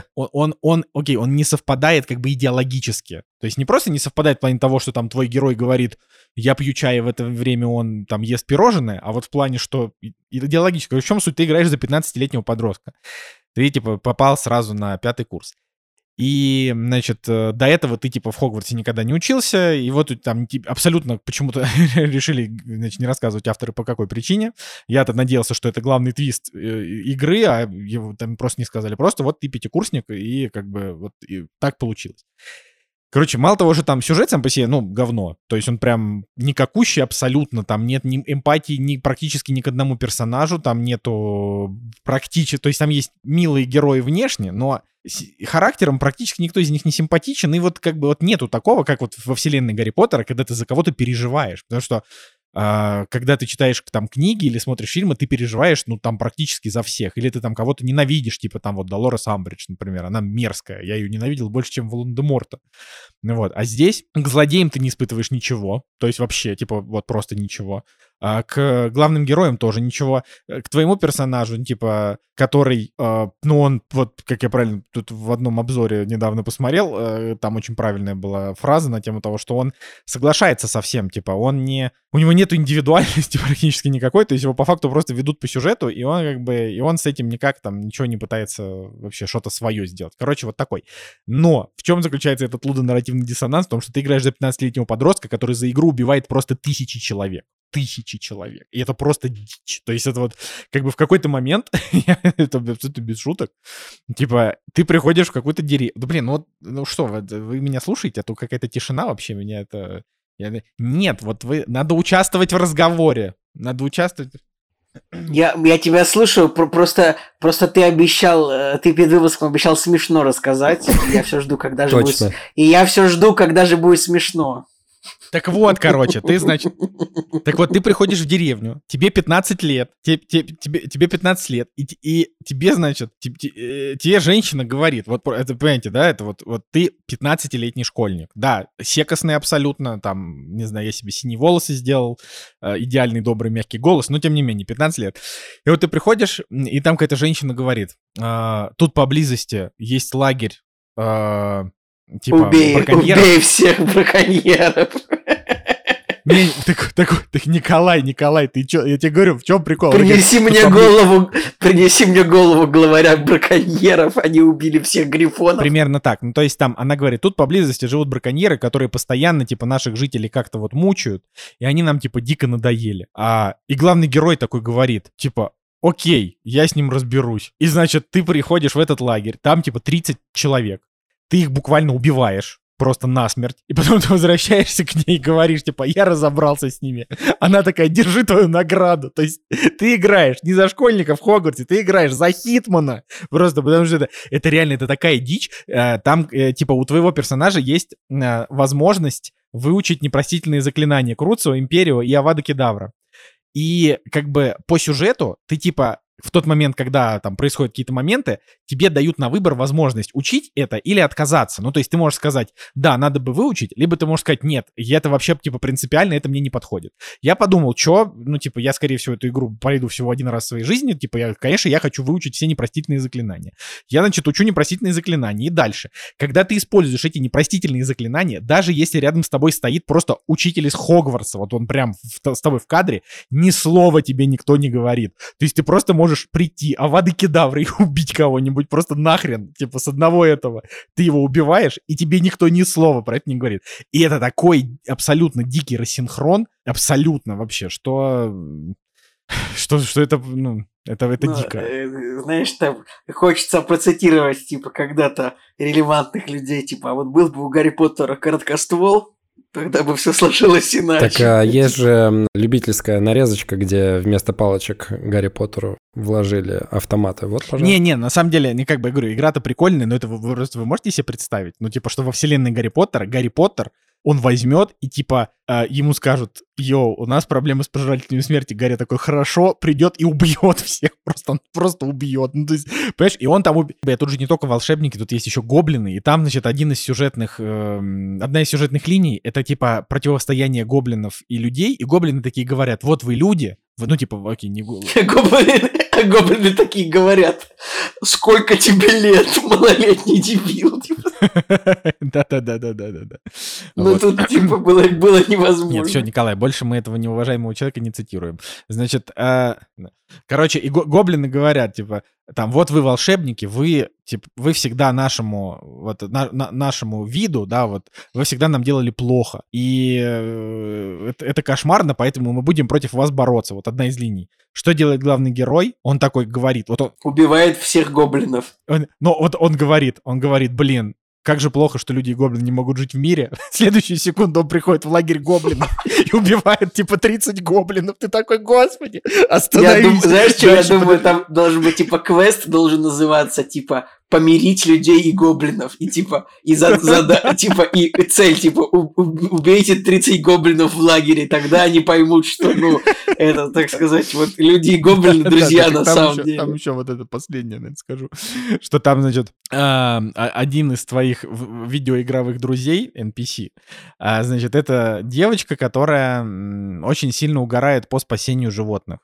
он не совпадает идеологически. То есть не просто не совпадает в плане того, что там твой герой говорит, я пью чай, в это время он ест пирожное, а вот в плане, что идеологически. В чем суть? Ты играешь за 15-летнего подростка. Ты, попал сразу на 5-й курс. И, значит, до этого ты, в Хогвартсе никогда не учился, и вот там абсолютно почему-то решили, значит, не рассказывать авторы по какой причине. Я-то надеялся, что это главный твист игры, а его там просто не сказали. Просто вот ты пятикурсник, и и так получилось. Короче, мало того, что там сюжет сам по себе, говно. То есть он прям никакущий абсолютно. Там нет ни эмпатии практически ни к одному персонажу. Там нету практически... То есть там есть милые герои внешне, но характером практически никто из них не симпатичен. И вот нету такого, как вот во вселенной Гарри Поттера, когда ты за кого-то переживаешь. Потому что когда ты читаешь книги или смотришь фильмы, ты переживаешь, практически за всех. Или ты кого-то ненавидишь, Долорес Амбридж, например. Она мерзкая. Я ее ненавидел больше, чем Волан-де-Морта. Вот. А здесь к злодеям ты не испытываешь ничего. То есть вообще, вот просто ничего. А к главным героям тоже ничего. К твоему персонажу, который, он, вот как я правильно тут в одном обзоре недавно посмотрел, там очень правильная была фраза на тему того, что он соглашается со всем, он не... У него нету индивидуальности практически никакой, то есть его по факту просто ведут по сюжету, и он и он с этим никак ничего не пытается вообще что-то свое сделать. Короче, вот такой. Но в чем заключается этот лудонарративный диссонанс? В том, что ты играешь за 15-летнего подростка, который за игру убивает просто тысячи человек. И это просто дичь. То есть это вот в какой-то момент, это абсолютно без шуток, ты приходишь в какую-то деревню. Да блин, что, вы меня слушаете? А то какая-то тишина вообще меня это... Нет, вот надо участвовать в разговоре. Надо участвовать... Я тебя слушаю, просто ты обещал, ты перед выпуском обещал смешно рассказать. Я все жду, когда же будет... И я все жду, когда же будет смешно. Так вот, короче, ты, значит... Так вот, ты приходишь в деревню, тебе 15 лет, тебе 15 лет, и тебе, значит, тебе женщина говорит, вот это, понимаете, да, это вот ты 15-летний школьник, да, секосный абсолютно, там, не знаю, я себе синие волосы сделал, идеальный, добрый, мягкий голос, но тем не менее, 15 лет. И вот ты приходишь, и там какая-то женщина говорит, тут поблизости есть лагерь, типа, браконьеров. Убей всех браконьеров. Так, Николай, ты чё? Я тебе говорю, в чем прикол? Принеси мне голову главаря браконьеров, они убили всех грифонов. Примерно так. Ну, то есть там, она говорит, тут поблизости живут браконьеры, которые постоянно, типа, наших жителей как-то вот мучают, и они нам, типа, дико надоели. И главный герой такой говорит, типа, окей, я с ним разберусь. И, значит, ты приходишь в этот лагерь, там, типа, 30 человек. Ты их буквально убиваешь. Просто насмерть. И потом ты возвращаешься к ней и говоришь, типа, я разобрался с ними. Она такая, держи твою награду. То есть ты играешь не за школьника в Хогвартсе, ты играешь за Хитмана. Просто потому что это реально, это такая дичь. Там, типа, у твоего персонажа есть возможность выучить непростительные заклинания Круцио, Империо и Авада Кедавра. И как бы по сюжету ты, типа, в тот момент, когда там происходят какие-то моменты, тебе дают на выбор возможность учить это или отказаться. Ну, то есть ты можешь сказать, да, надо бы выучить, либо ты можешь сказать, нет, это вообще, типа, принципиально, это мне не подходит. Я подумал, я, скорее всего, эту игру пройду всего один раз в своей жизни, типа, конечно, я хочу выучить все непростительные заклинания. Я, значит, учу непростительные заклинания, и дальше. Когда ты используешь эти непростительные заклинания, даже если рядом с тобой стоит просто учитель из Хогвартса, вот он прям с тобой в кадре, ни слова тебе никто не говорит. То есть ты просто можешь прийти, Авады Кедавры и убить кого-нибудь просто нахрен, типа, с одного этого. Ты его убиваешь, и тебе никто ни слова про это не говорит. И это такой абсолютно дикий рассинхрон, абсолютно вообще, что это, это дико. Знаешь, там хочется процитировать, типа, когда-то релевантных людей, типа, а вот был бы у Гарри Поттера короткоствол, тогда бы все сложилось иначе. Так есть же любительская нарезочка, где вместо палочек Гарри Поттеру вложили автоматы. Вот, пожалуйста. Не, на самом деле, как бы я говорю, игра-то прикольная, но это вы можете себе представить? Ну, типа, что во вселенной Гарри Поттер, он возьмет и, типа, ему скажут, у нас проблемы с пожирателями смерти. Гарри такой, хорошо, придет и убьет всех. Он просто убьет. Ну, то есть, понимаешь, и он там тут же не только волшебники, тут есть еще гоблины, и там, значит, одна из сюжетных линий, это, типа, противостояние гоблинов и людей, и гоблины такие говорят, вот вы люди, ну, типа, окей, не гоблины. Гоблины такие говорят, сколько тебе лет, малолетний дебил. Да. Ну, тут, типа, было невозможно. Нет, все, Николай, больше мы этого неуважаемого человека не цитируем. Значит, короче, и гоблины говорят, типа, там, вот вы волшебники, вы всегда нашему виду, да, вот, вы всегда нам делали плохо. И это кошмарно, поэтому мы будем против вас бороться. Вот одна из линий. Что делает главный герой? Он такой говорит. Вот он убивает всех гоблинов. Он говорит, блин, как же плохо, что люди и гоблины не могут жить в мире. В следующую секунду он приходит в лагерь гоблинов и убивает, типа, 30 гоблинов. Ты такой, господи, остановись. Знаешь, что я думаю? Там должен быть, типа, квест должен называться, типа, помирить людей и гоблинов. И, типа, и цель, типа, убейте 30 гоблинов в лагере, тогда они поймут, что, это, так сказать, вот люди и гоблины друзья на самом деле. Там еще вот это последнее, наверное, скажу. Что там, значит, один из твоих видеоигровых друзей, NPC, значит, это девочка, которая очень сильно угорает по спасению животных.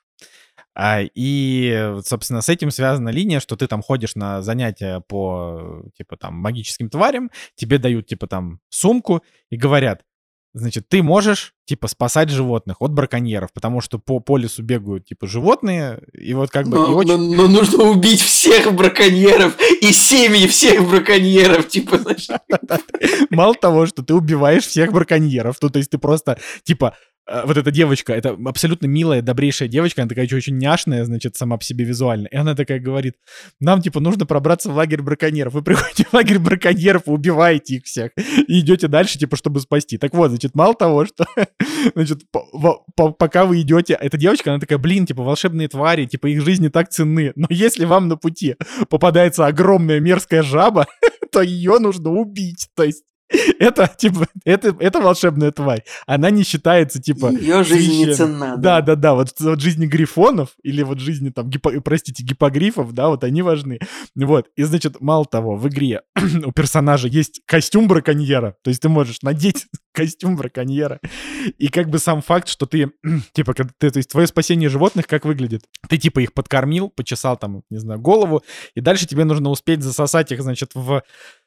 И, собственно, с этим связана линия, что ты там ходишь на занятия по, типа, там, магическим тварям, тебе дают, типа, там, сумку и говорят, значит, ты можешь, типа, спасать животных от браконьеров, потому что по лесу бегают, типа, животные, и вот как бы... Но нужно убить всех браконьеров и семьи всех браконьеров, типа, знаешь. Мало того, что ты убиваешь всех браконьеров, то есть ты просто, типа... Вот эта девочка, это абсолютно милая, добрейшая девочка, она такая очень няшная, значит, сама по себе визуально. И она такая говорит, нам, типа, нужно пробраться в лагерь браконьеров. Вы приходите в лагерь браконьеров, убиваете их всех и идете дальше, типа, чтобы спасти. Так вот, значит, мало того, что, значит, пока вы идете, эта девочка, она такая, блин, типа, волшебные твари, типа, их жизни так ценны. Но если вам на пути попадается огромная мерзкая жаба, то ее нужно убить. То есть Это, типа, это волшебная тварь. Она не считается, типа... Ее жизнь не священной. ценна. Да. Вот жизни грифонов или вот жизни, там, гиппогрифов, да, вот они важны. Вот. И, значит, мало того, в игре у персонажа есть костюм браконьера. То есть ты можешь надеть костюм браконьера. И как бы сам факт, что ты, типа, то есть твое спасение животных как выглядит? Ты, типа, их подкормил, почесал там, не знаю, голову, и дальше тебе нужно успеть засосать их, значит, в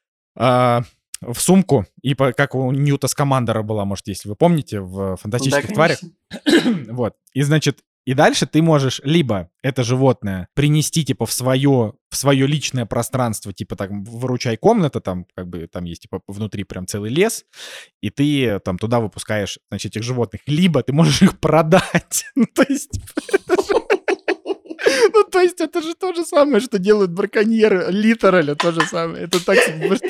сумку, и как у Ньюта Скамандера была, может, если вы помните, в «Фантастических тварях». Вот. И, значит, и дальше ты можешь либо это животное принести, типа, в свое личное пространство, типа, там, выручай комната, там, как бы, там есть, типа, внутри прям целый лес, и ты там туда выпускаешь, значит, этих животных. Либо ты можешь их продать. То есть... Ну, то есть это же то же самое, что делают браконьеры, литерально то же самое. Это так, просто...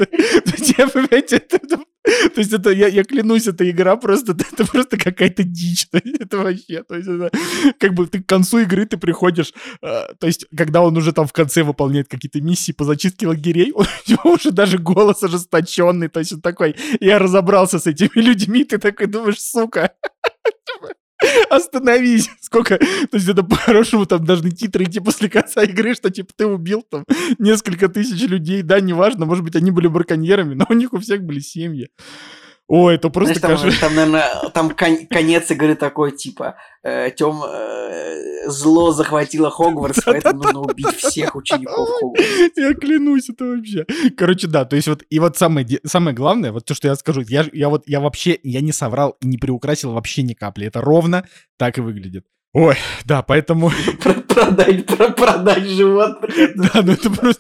То есть это, я клянусь, эта игра просто, это просто какая-то дичь. Это вообще, то есть это, как бы ты к концу игры ты приходишь, то есть когда он уже там в конце выполняет какие-то миссии по зачистке лагерей, у него уже даже голос ожесточенный, то есть он такой, я разобрался с этими людьми, ты такой думаешь, сука, остановись, сколько, то есть это по-хорошему там должны титры идти после конца игры, что типа ты убил там несколько тысяч людей, да, неважно, может быть, они были браконьерами, но у них у всех были семьи. Ой, это просто кошмар. Там, наверное, там конец игры такой, типа, зло захватило Хогвартс, поэтому нужно убить всех учеников Хогвартса. Я клянусь, это вообще... Короче, да, то есть вот, и вот самое главное, вот то, что я скажу, я вообще, я не соврал и не приукрасил вообще ни капли, это ровно так и выглядит. Ой, да, поэтому... Продать животных. Да, ну это просто...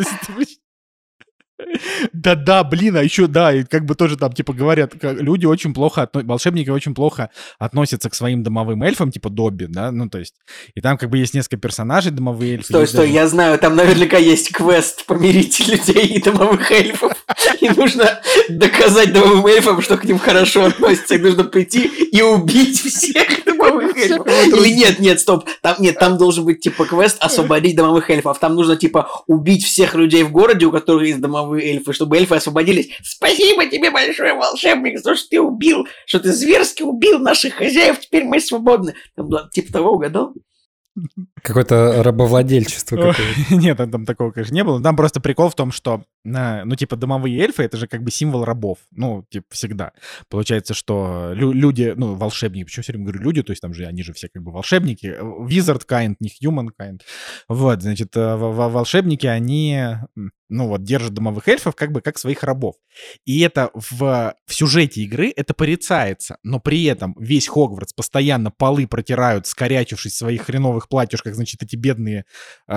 Да, блин, а еще, да, и как бы тоже там, типа, говорят, люди очень плохо, волшебники очень плохо относятся к своим домовым эльфам, типа Добби, да, ну, то есть, и там как бы есть несколько персонажей домовые эльфы. Стой, я знаю, там наверняка есть квест помирить людей и домовых эльфов, и нужно доказать домовым эльфам, что к ним хорошо относятся, и нужно прийти и убить всех домовых эльфов. Или нет, стоп, там должен быть, типа, квест освободить домовых эльфов, там нужно, типа, убить всех людей в городе, у которых есть домовые эльфы, чтобы эльфы освободились. Спасибо тебе большое, волшебник, за то, что ты убил, что ты зверски убил наших хозяев, теперь мы свободны. Там было, типа того, угадал? Какое-то рабовладельчество какое-то. Нет, там такого, конечно, не было. Там просто прикол в том, что, ну, типа, домовые эльфы — это же как бы символ рабов. Ну, типа, всегда. Получается, что люди, ну, волшебники, почему все время говорю люди, то есть там же они же все как бы волшебники. Wizard kind, не human kind. Вот, значит, волшебники, они, ну, вот, держат домовых эльфов как бы как своих рабов. И это в сюжете игры это порицается, но при этом весь Хогвартс постоянно полы протирают, скорячившись в своих хреновых платьюшках, значит, эти бедные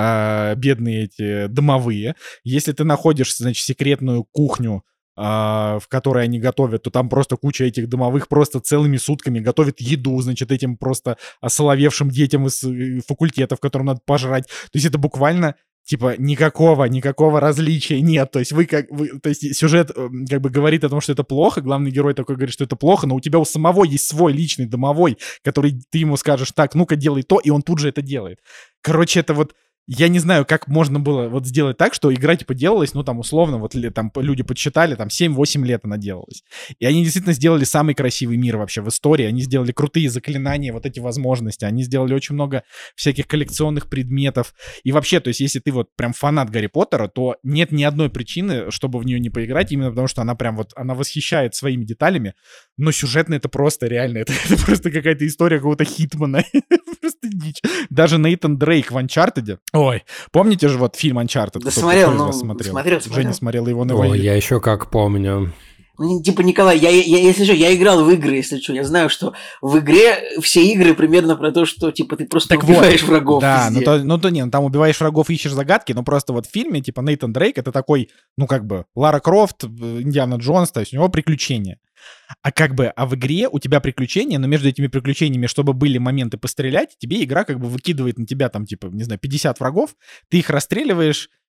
эти домовые. Если ты находишь, значит, секретную кухню, в которой они готовят, то там просто куча этих домовых просто целыми сутками готовят еду, значит, этим просто осоловевшим детям из факультетов, которым надо пожрать. То есть это буквально... Типа, никакого различия нет. То есть то есть сюжет как бы говорит о том, что это плохо, главный герой такой говорит, что это плохо, но у тебя у самого есть свой личный домовой, который ты ему скажешь, так, ну-ка делай то, и он тут же это делает. Короче, это вот, я не знаю, как можно было вот сделать так, что игра типа делалась, ну там условно, вот там люди подсчитали, там 7-8 лет она делалась. И они действительно сделали самый красивый мир вообще в истории, они сделали крутые заклинания, вот эти возможности, они сделали очень много всяких коллекционных предметов. И вообще, то есть если ты вот прям фанат Гарри Поттера, то нет ни одной причины, чтобы в нее не поиграть, именно потому что она прям вот, она восхищает своими деталями, но сюжетно это просто реально, это просто какая-то история какого-то Хитмана. Просто дичь. Даже Нейтан Дрейк в Uncharted. Ой, помните же вот фильм Uncharted? Да смотрел, ну, смотрел. Женя смотрел его на Ой, я еще как помню. Ну, типа, Николай, если что, я играл в игры, если что. Я знаю, что в игре все игры примерно про то, что, типа, ты просто так убиваешь вот врагов. Да, там убиваешь врагов, ищешь загадки, но просто вот в фильме, типа, Нейтан Дрейк — это такой, ну, как бы, Лара Крофт, Индиана Джонс, то есть у него приключения. А в игре у тебя приключения, но между этими приключениями, чтобы были моменты пострелять, тебе игра как бы выкидывает на тебя там, типа, не знаю, 50 врагов, ты их расстреливаешь,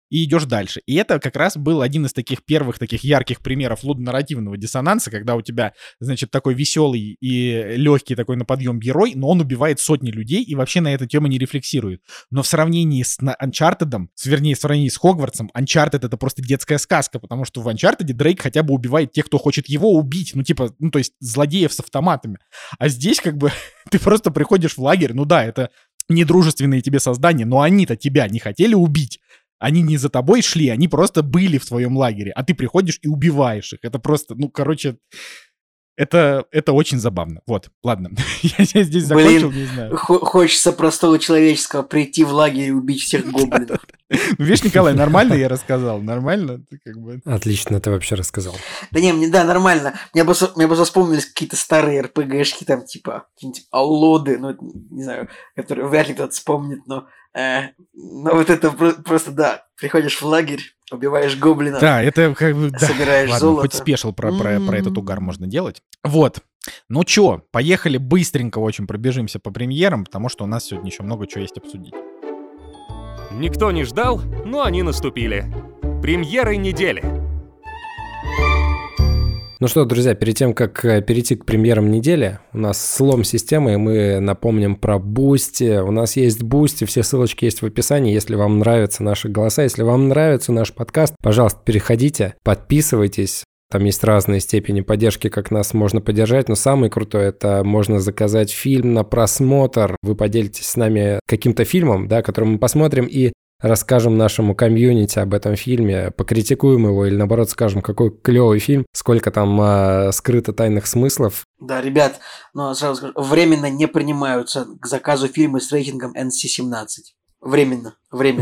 и идешь дальше. И это как раз был один из таких первых таких ярких примеров лудонарративного диссонанса, когда у тебя, значит, такой веселый и легкий такой на подъем герой, но он убивает сотни людей и вообще на эту тему не рефлексирует. Но в сравнении с Uncharted, вернее, в сравнении с Хогвартсом, Uncharted — это просто детская сказка, потому что в Uncharted Дрейк хотя бы убивает тех, кто хочет его убить, ну, типа, ну, то есть злодеев с автоматами. А здесь как бы ты просто приходишь в лагерь, ну да, это недружественные тебе создания, но они-то тебя не хотели убить. Они не за тобой шли, они просто были в твоем лагере, а ты приходишь и убиваешь их. Это просто, ну, короче, это очень забавно. Вот, ладно, я здесь закончил, не знаю. Хочется простого человеческого прийти в лагерь и убить всех гоблинов. Ну, видишь, Николай, нормально я рассказал? Нормально? Ты как бы... Отлично ты вообще рассказал. Да, нормально. Мне бы вспомнились какие-то старые РПГшки, там, типа, какие-нибудь Аллоды, ну, не знаю, которые вряд ли кто-то вспомнит, но вот это просто, да, приходишь в лагерь, убиваешь гоблина, да, это как бы, да. Собираешь Ладно, золото. Хоть спешил про этот угар можно делать. Вот. Ну чё, поехали быстренько очень пробежимся по премьерам, потому что у нас сегодня еще много чего есть обсудить. Никто не ждал, но они наступили. Премьеры недели. Ну что, друзья, перед тем, как перейти к премьерам недели, у нас слом системы, и мы напомним про Boosty. У нас есть Boosty, все ссылочки есть в описании. Если вам нравятся наши голоса, если вам нравится наш подкаст, пожалуйста, переходите, подписывайтесь. Там есть разные степени поддержки, как нас можно поддержать, но самое крутое — это можно заказать фильм на просмотр. Вы поделитесь с нами каким-то фильмом, да, который мы посмотрим, и расскажем нашему комьюнити об этом фильме, покритикуем его или, наоборот, скажем, какой клевый фильм, сколько там скрыто тайных смыслов. Да, ребят, но сразу скажу, временно не принимаются к заказу фильмы с рейтингом NC-17. Временно.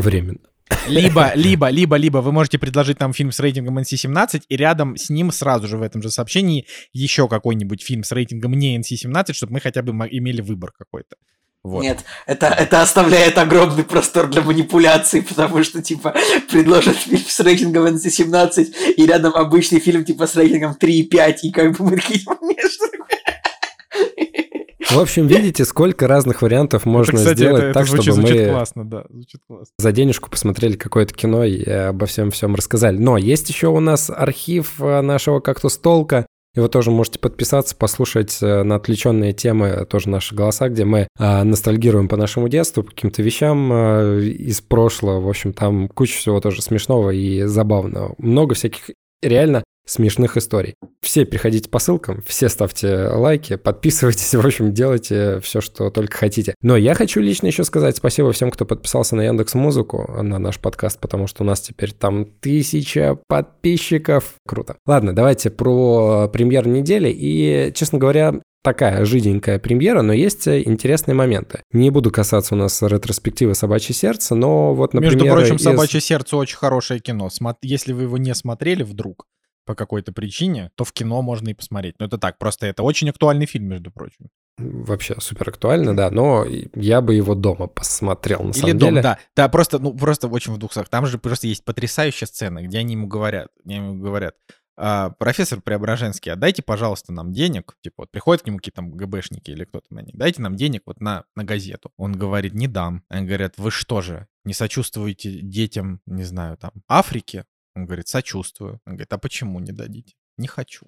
Либо вы можете предложить нам фильм с рейтингом NC-17, и рядом с ним сразу же в этом же сообщении еще какой-нибудь фильм с рейтингом не NC-17, чтобы мы хотя бы имели выбор какой-то. Вот. Нет, это оставляет огромный простор для манипуляций, потому что, типа, предложат фильм с рейтингом NC-17, и рядом обычный фильм, типа, с рейтингом 3,5, и как бы мы такие, что такое? В общем, видите, сколько разных вариантов можно сделать так, чтобы мы классно, да, звучит классно. За денежку посмотрели какое-то кино и обо всем рассказали. Но есть еще у нас архив нашего «Кактус Толка». И вы тоже можете подписаться, послушать на отвлеченные темы тоже наши голоса, где мы ностальгируем по нашему детству, по каким-то вещам из прошлого. В общем, там куча всего тоже смешного и забавного. Много всяких реально смешных историй. Все приходите по ссылкам, все ставьте лайки, подписывайтесь, в общем, делайте все, что только хотите. Но я хочу лично еще сказать спасибо всем, кто подписался на Яндекс.Музыку, на наш подкаст, потому что у нас теперь там 1000 подписчиков. Круто. Ладно, давайте про премьер недели. И, честно говоря, такая жиденькая премьера, но есть интересные моменты. Не буду касаться у нас ретроспективы «Собачье сердце», но вот, например... Между прочим, «Собачье сердце» очень хорошее кино. Если вы его не смотрели вдруг по какой-то причине, то в кино можно и посмотреть. Но это так, просто это очень актуальный фильм, между прочим. Вообще супер актуально, да, но я бы его дома посмотрел, на самом деле. Или дома, да. Да, просто очень в двух словах. Там же просто есть потрясающая сцена, где они ему говорят, профессор Преображенский, отдайте, пожалуйста, нам денег. Типа, вот приходят к нему какие-то там ГБшники или кто-то на них. Дайте нам денег вот на газету. Он говорит, не дам. Они говорят, вы что же, не сочувствуете детям, не знаю, там, Африки? Он говорит, сочувствую. Он говорит, а почему не дадите? Не хочу.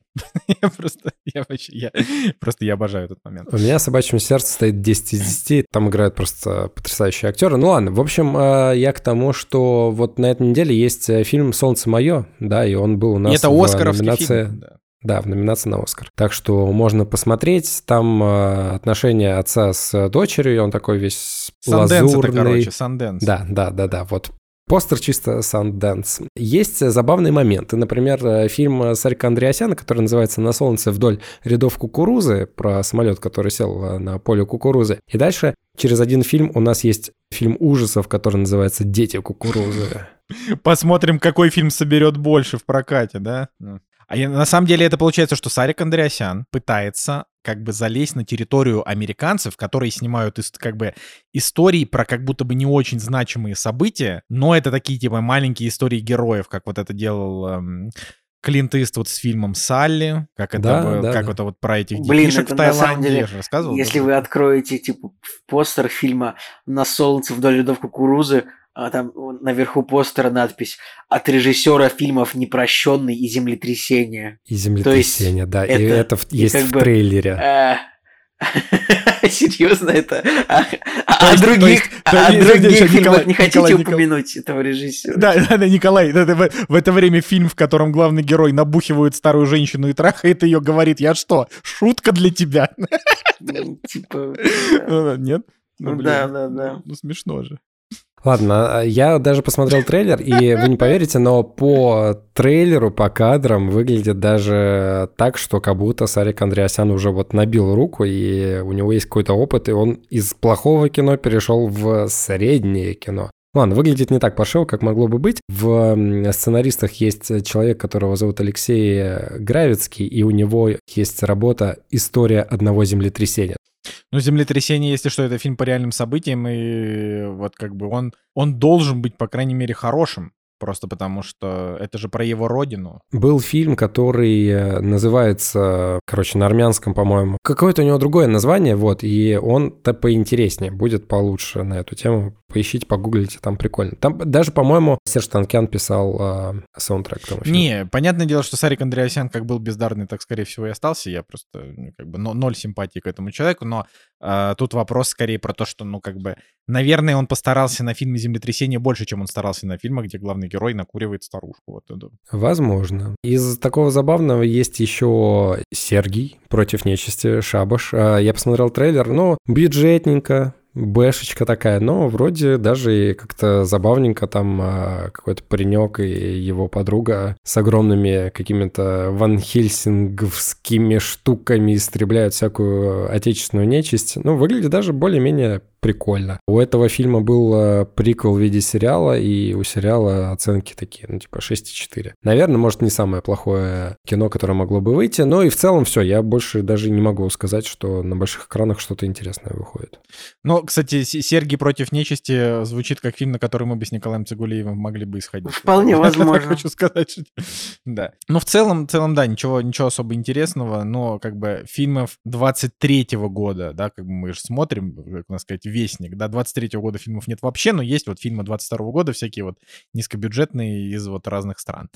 Я обожаю этот момент. У меня «Собачьем сердце» стоит 10 из 10. Там играют просто потрясающие актеры. Ну ладно, в общем, я к тому, что вот на этой неделе есть фильм «Солнце мое», да, и он был у нас в номинации... Фильм, да, в номинации на «Оскар». Так что можно посмотреть. Там отношения отца с дочерью, он такой весь лазурный. Санденс это, короче, Санденс. Да, вот. Постер чисто Sundance. Есть забавные моменты. Например, фильм Сарика Андреасяна, который называется «На солнце вдоль рядов кукурузы», про самолет, который сел на поле кукурузы. И дальше через один фильм у нас есть фильм ужасов, который называется «Дети кукурузы». Посмотрим, какой фильм соберет больше в прокате, да? На самом деле это получается, что Сарик Андреасян пытается как бы залезть на территорию американцев, которые снимают как бы истории про как будто бы не очень значимые события, но это такие типа маленькие истории героев, как вот это делал Клинт Иствуд с фильмом «Салли», как это вот про этих детишек в Таиланде, я же рассказывал. Если вы откроете типа постер фильма «На солнце вдоль рядов кукурузы», А там наверху постера надпись «От режиссера фильмов «Непрощенный» и «Землетрясение». И «Землетрясение», да. И это есть в трейлере. Серьезно это? А других фильмах не хотите упомянуть этого режиссера? Да, Николай, в это время фильм, в котором главный герой набухивает старую женщину и трахает ее, говорит: я что, шутка для тебя? Типа... Нет? Да. Ну, смешно же. Ладно, я даже посмотрел трейлер, и вы не поверите, но по трейлеру, по кадрам выглядит даже так, что как будто Сарик Андреасян уже вот набил руку, и у него есть какой-то опыт, и он из плохого кино перешел в среднее кино. Ладно, выглядит не так паршиво, как могло бы быть. В сценаристах есть человек, которого зовут Алексей Гравицкий, и у него есть работа «История одного землетрясения». Ну, «Землетрясение», если что, это фильм по реальным событиям, и вот как бы он должен быть, по крайней мере, хорошим, просто потому что это же про его родину. Был фильм, который называется, на армянском, по-моему. Какое-то у него другое название, вот, и он-то поинтереснее, будет получше на эту тему. Поищите, погуглите, там прикольно. Там даже, по-моему, Серж Танкян писал саундтрек к тому фильму. Не, понятное дело, что Сарик Андреасян как был бездарный, так, скорее всего, и остался. Я просто, как бы, ноль симпатии к этому человеку, но тут вопрос скорее про то, что, наверное, он постарался на фильме «Землетрясение» больше, чем он старался на фильмах, где главный герой накуривает старушку. Вот это. Возможно. Из такого забавного есть еще «Сергий против нечисти», «Шабаш». Я посмотрел трейлер, бюджетненько, бэшечка такая, но вроде даже и как-то забавненько. Там какой-то паренек и его подруга с огромными какими-то ванхельсинговскими штуками истребляют всякую отечественную нечисть. Выглядит даже более-менее прикольно. У этого фильма был приквел в виде сериала, и у сериала оценки такие, 6,4. Наверное, может, не самое плохое кино, которое могло бы выйти, но и в целом все. Я больше даже не могу сказать, что на больших экранах что-то интересное выходит. Кстати, «Сергий против нечисти» звучит как фильм, на который мы бы с Николаем Цигулиевым могли бы исходить. Вполне возможно. Хочу сказать. Да. В целом, да, ничего особо интересного, но как бы фильмов 23-го года, да, как бы мы же смотрим, как у нас сказать, вестник, да, 23-го года фильмов нет вообще, но есть вот фильмы 22-го года, всякие вот низкобюджетные из вот разных стран.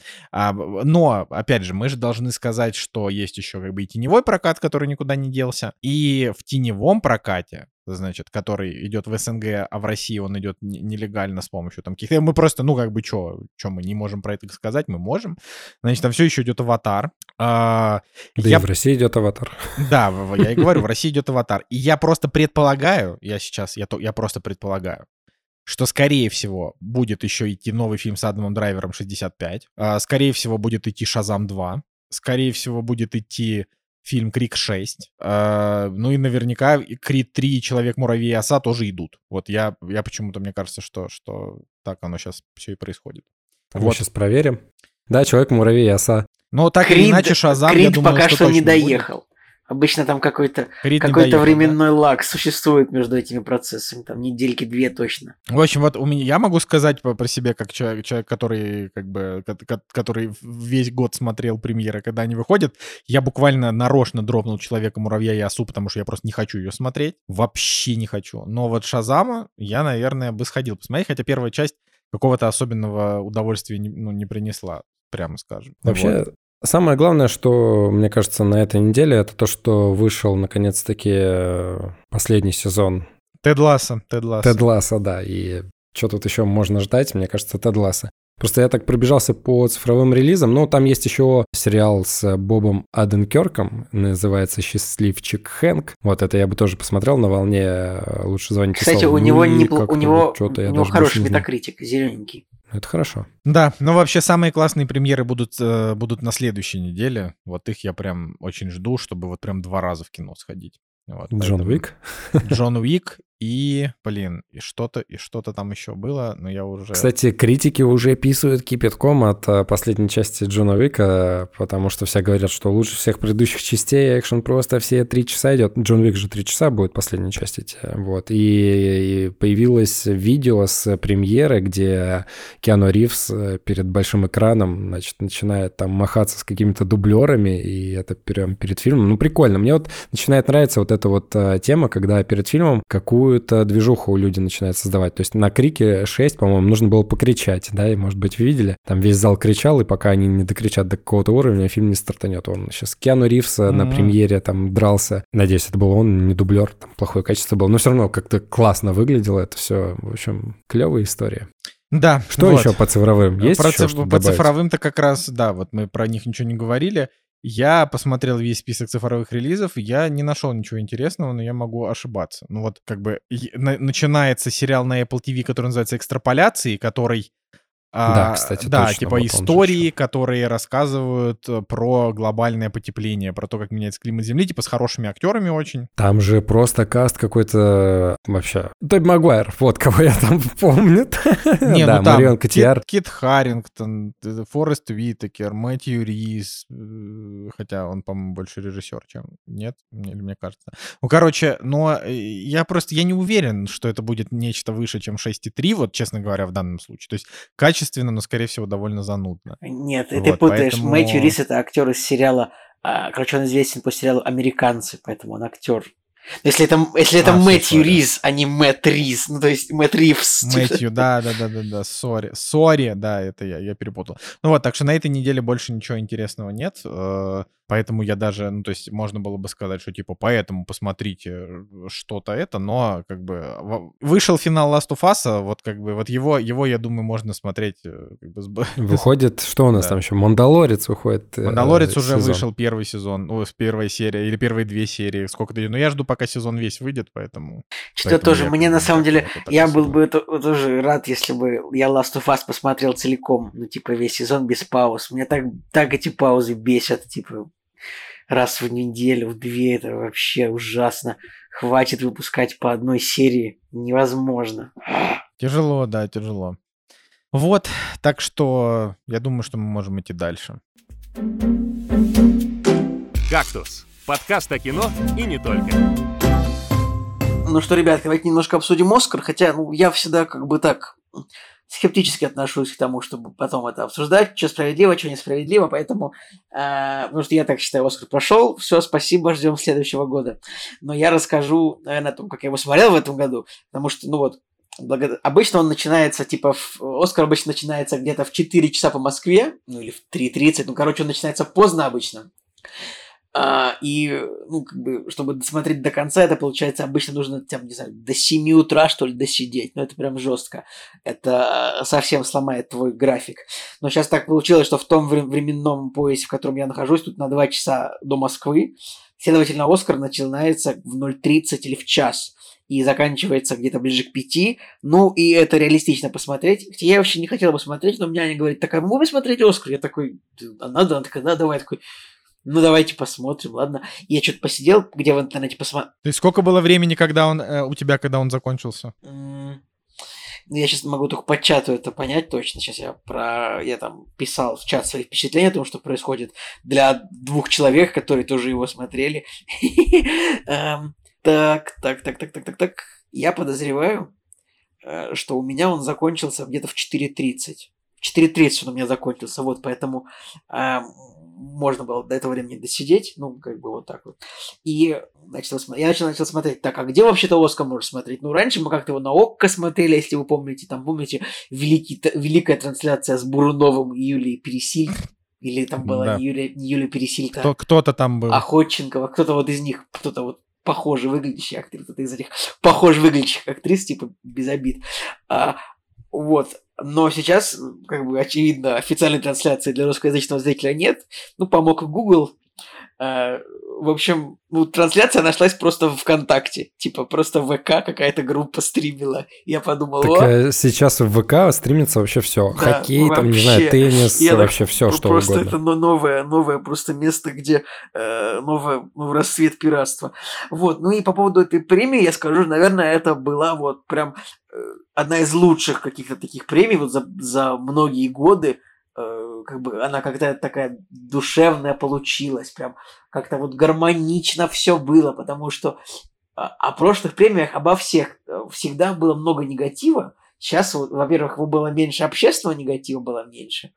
Но, опять же, мы же должны сказать, что есть еще как бы и теневой прокат, который никуда не делся, и в теневом прокате, значит, который идет в СНГ, а в России он идет нелегально с помощью там каких-то... Мы просто, что мы не можем про это сказать? Мы можем. Значит, там все еще идет «Аватар». И в России идет «Аватар». Да, я и говорю, в России идет «Аватар». И я просто предполагаю, я просто предполагаю, что, скорее всего, будет еще идти новый фильм с Адамом Драйвером «65». Скорее всего, будет идти «Шазам 2». Скорее всего, будет идти фильм «Крик 6». И наверняка «Крид 3» и «Человек-муравей и оса» тоже идут. Вот я почему-то, мне кажется, что так оно сейчас все и происходит. Мы сейчас проверим. Да, «Человек-муравей и оса». Но так или иначе, «Шазам», я думаю, пока что не доехал. Будет. Обычно там какой-то временной лаг существует между этими процессами, там недельки 2 точно. В общем, вот я могу сказать про себя, как человек, который весь год смотрел премьеры, когда они выходят, я буквально нарочно дропнул «Человека-муравья и осу», потому что я просто не хочу ее смотреть, вообще не хочу. Но вот «Шазама» я, наверное, бы сходил посмотреть, хотя первая часть какого-то особенного удовольствия не принесла, прямо скажем. Вообще... Вот. Самое главное, что, мне кажется, на этой неделе, это то, что вышел, наконец-таки, последний сезон. Тед Лассо. Тед Лассо, да. И что тут еще можно ждать? Мне кажется, Тед Лассо. Просто я так пробежался по цифровым релизам. Там есть еще сериал с Бобом Оденкерком, называется «Счастливчик Хэнк». Вот это я бы тоже посмотрел на волне «Лучше звоните Солу». Кстати, у него хороший метакритик, зелененький. Это хорошо. Да, вообще самые классные премьеры будут на следующей неделе. Вот их я прям очень жду, чтобы вот прям 2 раза в кино сходить. Вот, Джон Уик. Джон Уик и что-то там еще было, но я уже... Кстати, критики уже писают кипятком от последней части Джона Уика, потому что все говорят, что лучше всех предыдущих частей экшен просто все 3 часа идет. Джон Уик же 3 часа будет последняя часть идти. Вот. И появилось видео с премьеры, где Киану Ривз перед большим экраном, значит, начинает там махаться с какими-то дублерами, и это прям перед фильмом. Прикольно. Мне вот начинает нравиться вот эта вот тема, когда перед фильмом какую какую-то движуху люди начинают создавать. То есть на Крике 6, по-моему, нужно было покричать, да, и, может быть, вы видели? Там весь зал кричал, и пока они не докричат до какого-то уровня, фильм не стартанет. Он сейчас Киану Ривз на премьере там дрался. Надеюсь, это был он, не дублер, там плохое качество было. Но все равно как-то классно выглядело это все. В общем, клевая история. Да. Что еще по цифровым? Есть по еще что по добавить? цифровым-то как раз, да, вот мы про них ничего не говорили. Я посмотрел весь список цифровых релизов, и я не нашел ничего интересного, но я могу ошибаться. Ну вот как бы начинается сериал на Apple TV, который называется «Экстраполяции», который... Да, кстати, да, точно, типа вот он истории, же. которые рассказывают про глобальное потепление, про то, как меняется климат Земли, типа с хорошими актерами очень. Там же просто каст какой-то вообще. Тоби Магуайр, вот кого я там помню. Не, да, ну там Марион Котийяр. Кит Харрингтон, Форест Уитакер, Мэтью Рис, хотя он, по-моему, больше режиссер, чем... Нет? Или мне кажется. Ну, короче, но я не уверен, что это будет нечто выше, чем 6,3, вот, честно говоря, в данном случае. То есть качественно, но, скорее всего, довольно занудно. Нет, ты Вот, путаешь. поэтому- Мэтью Рис — это актер из сериала... Короче, он известен по сериалу «Американцы», поэтому он актер. Если это всё, Мэтью сори. Рис, а не Мэтт Рис, ну то есть Мэтт Ривз. Мэтью, да, сори, да, это я перепутал. Ну вот, так что на этой неделе больше ничего интересного нет, поэтому я даже, ну то есть можно было бы сказать, что типа поэтому посмотрите что-то это, но как бы вышел финал Last of Us, вот как бы вот его я думаю можно смотреть как бы Выходит, что у нас Да. там еще? «Мандалорец» выходит. Мандалорец уже сезон. вышел первый сезон, первая серия или первые 2 серии, сколько-то, но я жду, пока сезон весь выйдет, поэтому... Что тоже, я мне как на бы самом никак деле, на это я так был особо. бы тоже рад, если бы я Last of Us посмотрел целиком, ну типа весь сезон без пауз. Мне так эти паузы бесят, типа раз в неделю, в 2, это вообще ужасно. Хватит выпускать по одной серии, невозможно. Тяжело, да, тяжело. Вот, так что я думаю, что мы можем идти дальше. «Кактус» — подкаст о кино и не только. Ну что, ребят, давайте немножко обсудим «Оскар», хотя я всегда как бы так скептически отношусь к тому, чтобы потом это обсуждать, что справедливо, что несправедливо, поэтому, потому что я так считаю, «Оскар» прошел, все, спасибо, ждем следующего года. Но я расскажу, наверное, о том, как я его смотрел в этом году, потому что, обычно он начинается, «Оскар» обычно начинается где-то в 4 часа по Москве, или в 3:30, он начинается поздно обычно. Чтобы досмотреть до конца, это, получается, обычно нужно, до 7 утра, что ли, досидеть. Это прям жестко. Это совсем сломает твой график. Но сейчас так получилось, что в том временном поясе, в котором я нахожусь, тут на 2 часа до Москвы. Следовательно, «Оскар» начинается в 0:30 или в час. И заканчивается где-то ближе к 5. И это реалистично посмотреть. Хотя я вообще не хотел бы смотреть, но мне Аня говорит, так, а могу бы смотреть «Оскар»? Я такой, надо? Она такая, да, давай. Я такой, давайте посмотрим, ладно. Я что-то посидел, где в интернете посмотрел. То есть сколько было времени, когда он закончился? Я сейчас могу только по чату это понять точно. Сейчас я там писал в чат свои впечатления о том, что происходит для 2 человек, которые тоже его смотрели. Так. Я подозреваю, что у меня он закончился где-то в 4:30. В 4:30 он у меня закончился, вот, поэтому можно было до этого времени досидеть, вот так вот. И я начал смотреть, так, а где вообще-то «Оскар» можно смотреть? Раньше мы как-то его на ОККО смотрели, если вы помните, великая трансляция с Буруновым и Юлией Пересиль, или там была Да. не Юлия Пересиль, а Кто-то там был. Охотченкова, кто-то вот из них, кто-то вот похоже выглядящий актрис, кто-то из этих похоже выглядящих актрис, типа, без обид. Вот. Но сейчас, очевидно, официальной трансляции для русскоязычного зрителя нет. Помог и Google. В общем, трансляция нашлась просто в ВКонтакте. Типа, просто в ВК какая-то группа стримила. Я подумал, Так сейчас в ВК стримится вообще все. Да, Хоккей, там, не вообще. знаю, теннис, вообще все, что просто угодно. это новое просто место, где новый расцвет пиратства. Вот. И по поводу этой премии я скажу, наверное, это была вот прям одна из лучших каких-то таких премий вот за многие годы. Она как-то такая душевная получилась, прям как-то вот гармонично все было, потому что о прошлых премиях, обо всех, всегда было много негатива. Сейчас, во-первых, было меньше общественного негатива, было меньше.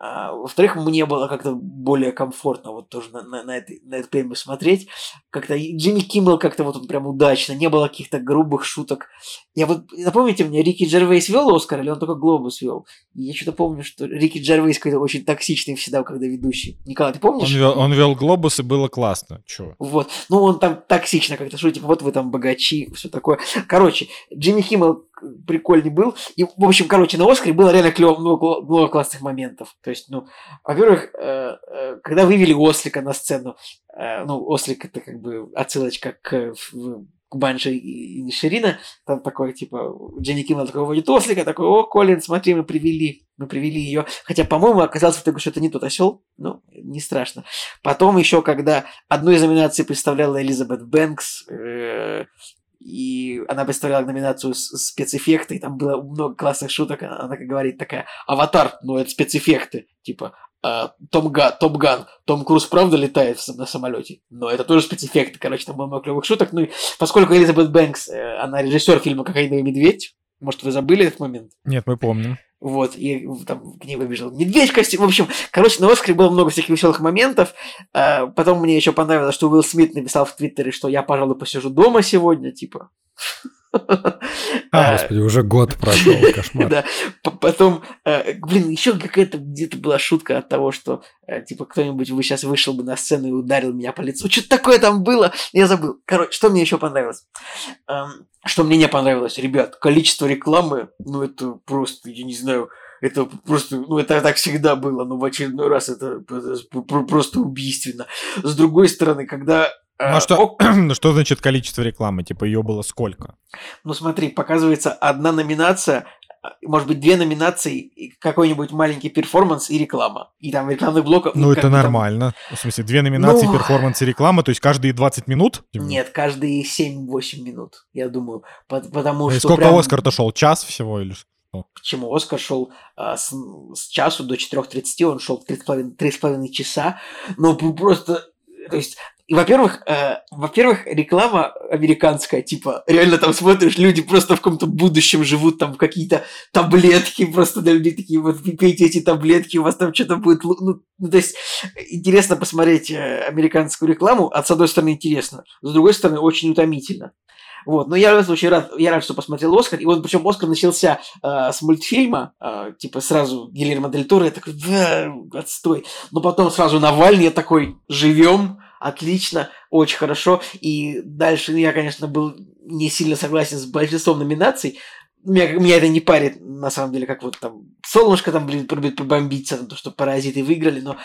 Во-вторых, мне было как-то более комфортно вот тоже на эту премию смотреть. Как-то Джимми Киммел как-то вот он прям удачно, не было каких-то грубых шуток. Напомните мне, Рики Джервейс вел Оскар или он только Глобус вел? Я что-то помню, что Рики Джервейс какой-то очень токсичный всегда, когда ведущий. Николай, ты помнишь? Он вел Глобус, и было классно. Чего? Вот. Ну, он там токсично как-то шутит, типа, вот вы там богачи, все такое. Короче, Джимми Киммел прикольный был. И, в общем, на Оскаре было реально много классных моментов. То есть, во-первых, когда вывели Ослика на сцену, Ослик это как бы отсылочка к Банши и Ширина, там такой, типа, Джимми Киммел такой вводит Ослика, такой, о, Колин, смотри, мы привели ее. Хотя, по-моему, оказалось в итоге, что это не тот осел, но не страшно. Потом еще, когда одну из номинаций представляла Элизабет Бэнкс, и она представляла номинацию спецэффекты, и там было много классных шуток, она как говорит такая, «Аватар, это спецэффекты», типа, Топ Ган, Том Круз правда летает на самолете, но это тоже спецэффекты, там было много клевых шуток, и поскольку Элизабет Бэнкс, она режиссер фильма «Кокаиновый медведь», может, вы забыли этот момент? Нет, мы помним. Вот, и там к ней выбежал медведь в костюме. В общем, на Оскаре было много всяких веселых моментов. Потом мне еще понравилось, что Уилл Смит написал в Твиттере, что я, пожалуй, посижу дома сегодня, типа. Господи, уже год прошел, кошмар. Да, потом, еще какая-то где-то была шутка от того, что, типа, кто-нибудь сейчас вышел бы на сцену и ударил меня по лицу. Что-то такое там было, я забыл. Короче, что мне еще понравилось? Что мне не понравилось? Ребят, количество рекламы, это просто, я не знаю, это просто, это так всегда было, но в очередной раз это просто убийственно. С другой стороны, когда... Что значит количество рекламы? Типа, ее было сколько? Смотри, показывается одна номинация, может быть, 2 номинации, какой-нибудь маленький перформанс и реклама. И там рекламных блоков... это нормально. В смысле, 2 номинации, перформанс и реклама, то есть каждые 20 минут? Нет, каждые 7-8 минут, я думаю. Потому и что сколько Оскар-то шел? Час всего или что? Почему? Оскар шел с часу до 4:30, он шел 3,5 часа. Просто... То есть... И, во-первых, реклама американская, типа, реально там смотришь, люди просто в каком-то будущем живут, там какие-то таблетки, просто для людей такие, вот, пейте эти таблетки, у вас там что-то будет... то есть, интересно посмотреть американскую рекламу, с одной стороны, интересно, с другой стороны, очень утомительно. Вот, но я в любом случае рад, что посмотрел Оскар, и причем Оскар начался с мультфильма, типа, сразу Гильермо дель Торо, я такой, отстой, но потом сразу Навальный, я такой, живем, отлично, очень хорошо. И дальше я, конечно, был не сильно согласен с большинством номинаций. Меня это не парит, на самом деле, как вот там Солнышко там, побомбиться, то, что «Паразиты» выиграли, но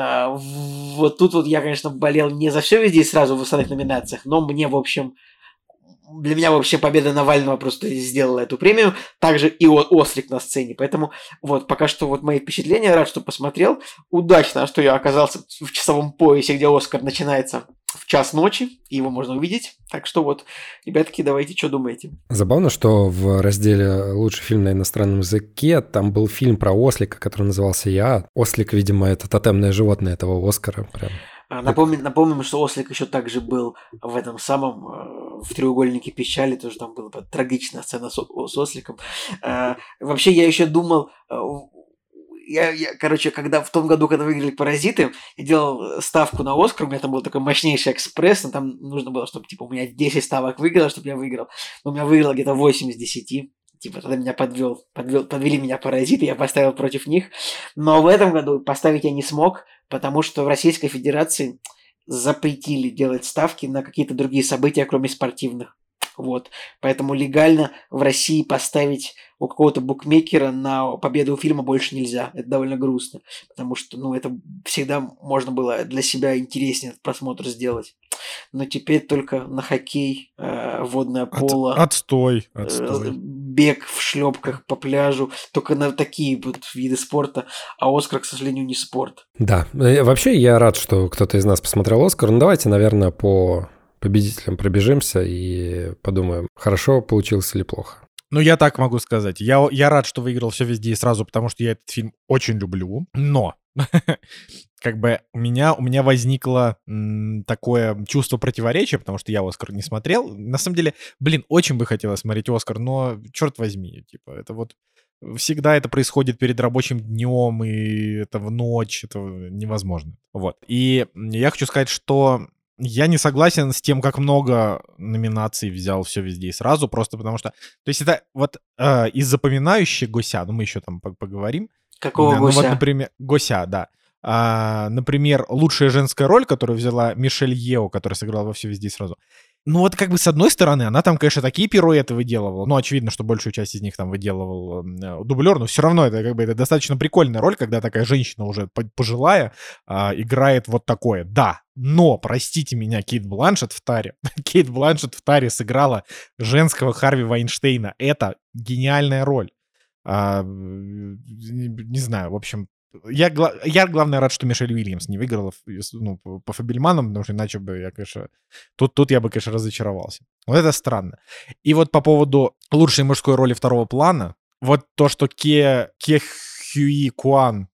вот тут вот я, конечно, болел не за все везде и сразу в остальных номинациях, но мне, в общем, для меня вообще победа Навального просто сделала эту премию. Также и Ослик на сцене. Поэтому вот пока что вот мои впечатления. Рад, что посмотрел. Удачно, что я оказался в часовом поясе, где Оскар начинается в 1:00 ночи. И его можно увидеть. Так что вот, ребятки, давайте, что думаете? Забавно, что в разделе «Лучший фильм на иностранном языке» там был фильм про ослика, который назывался «Я». Ослик, видимо, это тотемное животное этого Оскара. Прям. Напомним, что Ослик еще также был в этом самом, в «Треугольнике печали», тоже там была трагичная сцена с Осликом. Вообще, я еще думал, короче, когда в том году, когда выиграли «Паразиты», я делал ставку на Оскар, у меня там был такой мощнейший экспресс, но там нужно было, чтобы, типа, у меня 10 ставок выиграло, чтобы я выиграл. Но у меня выиграло где-то 8 из 10. Типа, тогда меня подвели меня «Паразиты», я поставил против них. Но в этом году поставить я не смог, потому что в Российской Федерации запретили делать ставки на какие-то другие события, кроме спортивных. Вот. Поэтому легально в России поставить у какого-то букмекера на победу фильма больше нельзя. Это довольно грустно, потому что, это всегда можно было для себя интереснее этот просмотр сделать. Но теперь только на хоккей, водное поло. Отстой. Бег в шлепках по пляжу. Только на такие вот виды спорта. А Оскар, к сожалению, не спорт. Да. Вообще я рад, что кто-то из нас посмотрел Оскар. Ну, давайте, наверное, по победителям пробежимся и подумаем, хорошо получилось или плохо. Я так могу сказать. Я рад, что выиграл «Все везде и сразу», потому что я этот фильм очень люблю. Но как бы у меня возникло такое чувство противоречия, потому что я «Оскар» не смотрел. На самом деле, очень бы хотелось смотреть «Оскар», но черт возьми, типа, это вот всегда это происходит перед рабочим днем, и это в ночь, это невозможно. Вот. И я хочу сказать, что я не согласен с тем, как много номинаций взял «Все везде и сразу», просто потому что... То есть это вот из запоминающих Гося, мы еще там поговорим. Какого Да, Гося? вот, например, Гося, да. Например, лучшая женская роль, которую взяла Мишель Ео, которая сыграла во «Все везде и сразу». Ну вот как бы с одной стороны, она там, конечно, такие пируэты выделывала. Ну, очевидно, что большую часть из них там выделывал дублер, но все равно это как бы это достаточно прикольная роль, когда такая женщина уже пожилая играет вот такое. Да, но, простите меня, Кейт Бланшетт в Таре. Кейт Бланшетт в Таре сыграла женского Харви Вайнштейна. Это гениальная роль. Не знаю, в общем... Я, главное, рад, что Мишель Уильямс не выиграла по Фабельманам, потому что иначе бы я, конечно... Тут я бы, конечно, разочаровался. Вот это странно. И вот по поводу лучшей мужской роли второго плана, вот то, что Ке Хюи Куан,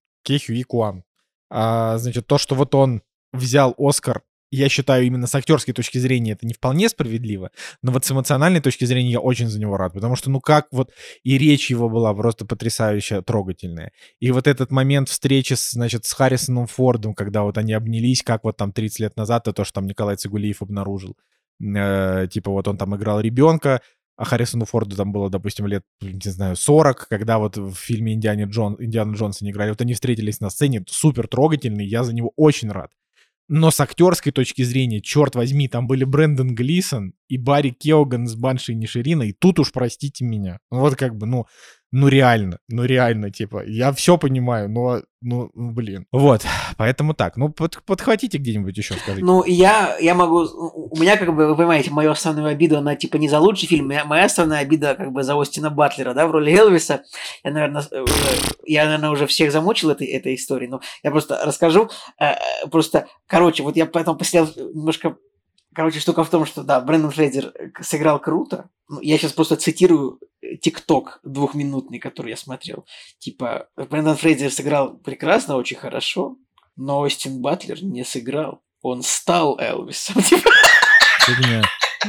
значит, то, что вот он взял Оскар, я считаю, именно с актерской точки зрения это не вполне справедливо, но вот с эмоциональной точки зрения я очень за него рад, потому что, как вот и речь его была просто потрясающе трогательная. И вот этот момент встречи, значит, с Харрисоном Фордом, когда вот они обнялись, как вот там 30 лет назад, то, что там Николай Цигулиев обнаружил. Типа вот он там играл ребенка, а Харрисону Форду там было, допустим, лет, не знаю, 40, когда вот в фильме «Индиана Джонс» они играли. Вот они встретились на сцене, супер трогательный, я за него очень рад. Но с актерской точки зрения, черт возьми, там были Брэндон Глисон и Барри Кеоган с Банши Инишерина, и тут уж простите меня. Вот как бы, реально, типа, я все понимаю, но, блин. Вот, поэтому так, подхватите где-нибудь еще, скажите. Я могу, у меня, как бы, вы понимаете, мою основную обиду, она, типа, не за лучший фильм, моя основная обида, как бы, за Остина Батлера, да, в роли Элвиса. Я, наверное, уже всех замучил этой историей, но я просто расскажу, вот я потом посидел немножко. Штука в том, что, да, Брендон Фрейзер сыграл круто. Я сейчас просто цитирую ТикТок 2-минутный, который я смотрел. Типа, Брендон Фрейзер сыграл прекрасно, очень хорошо, но Остин Батлер не сыграл. Он стал Элвисом. Фигня.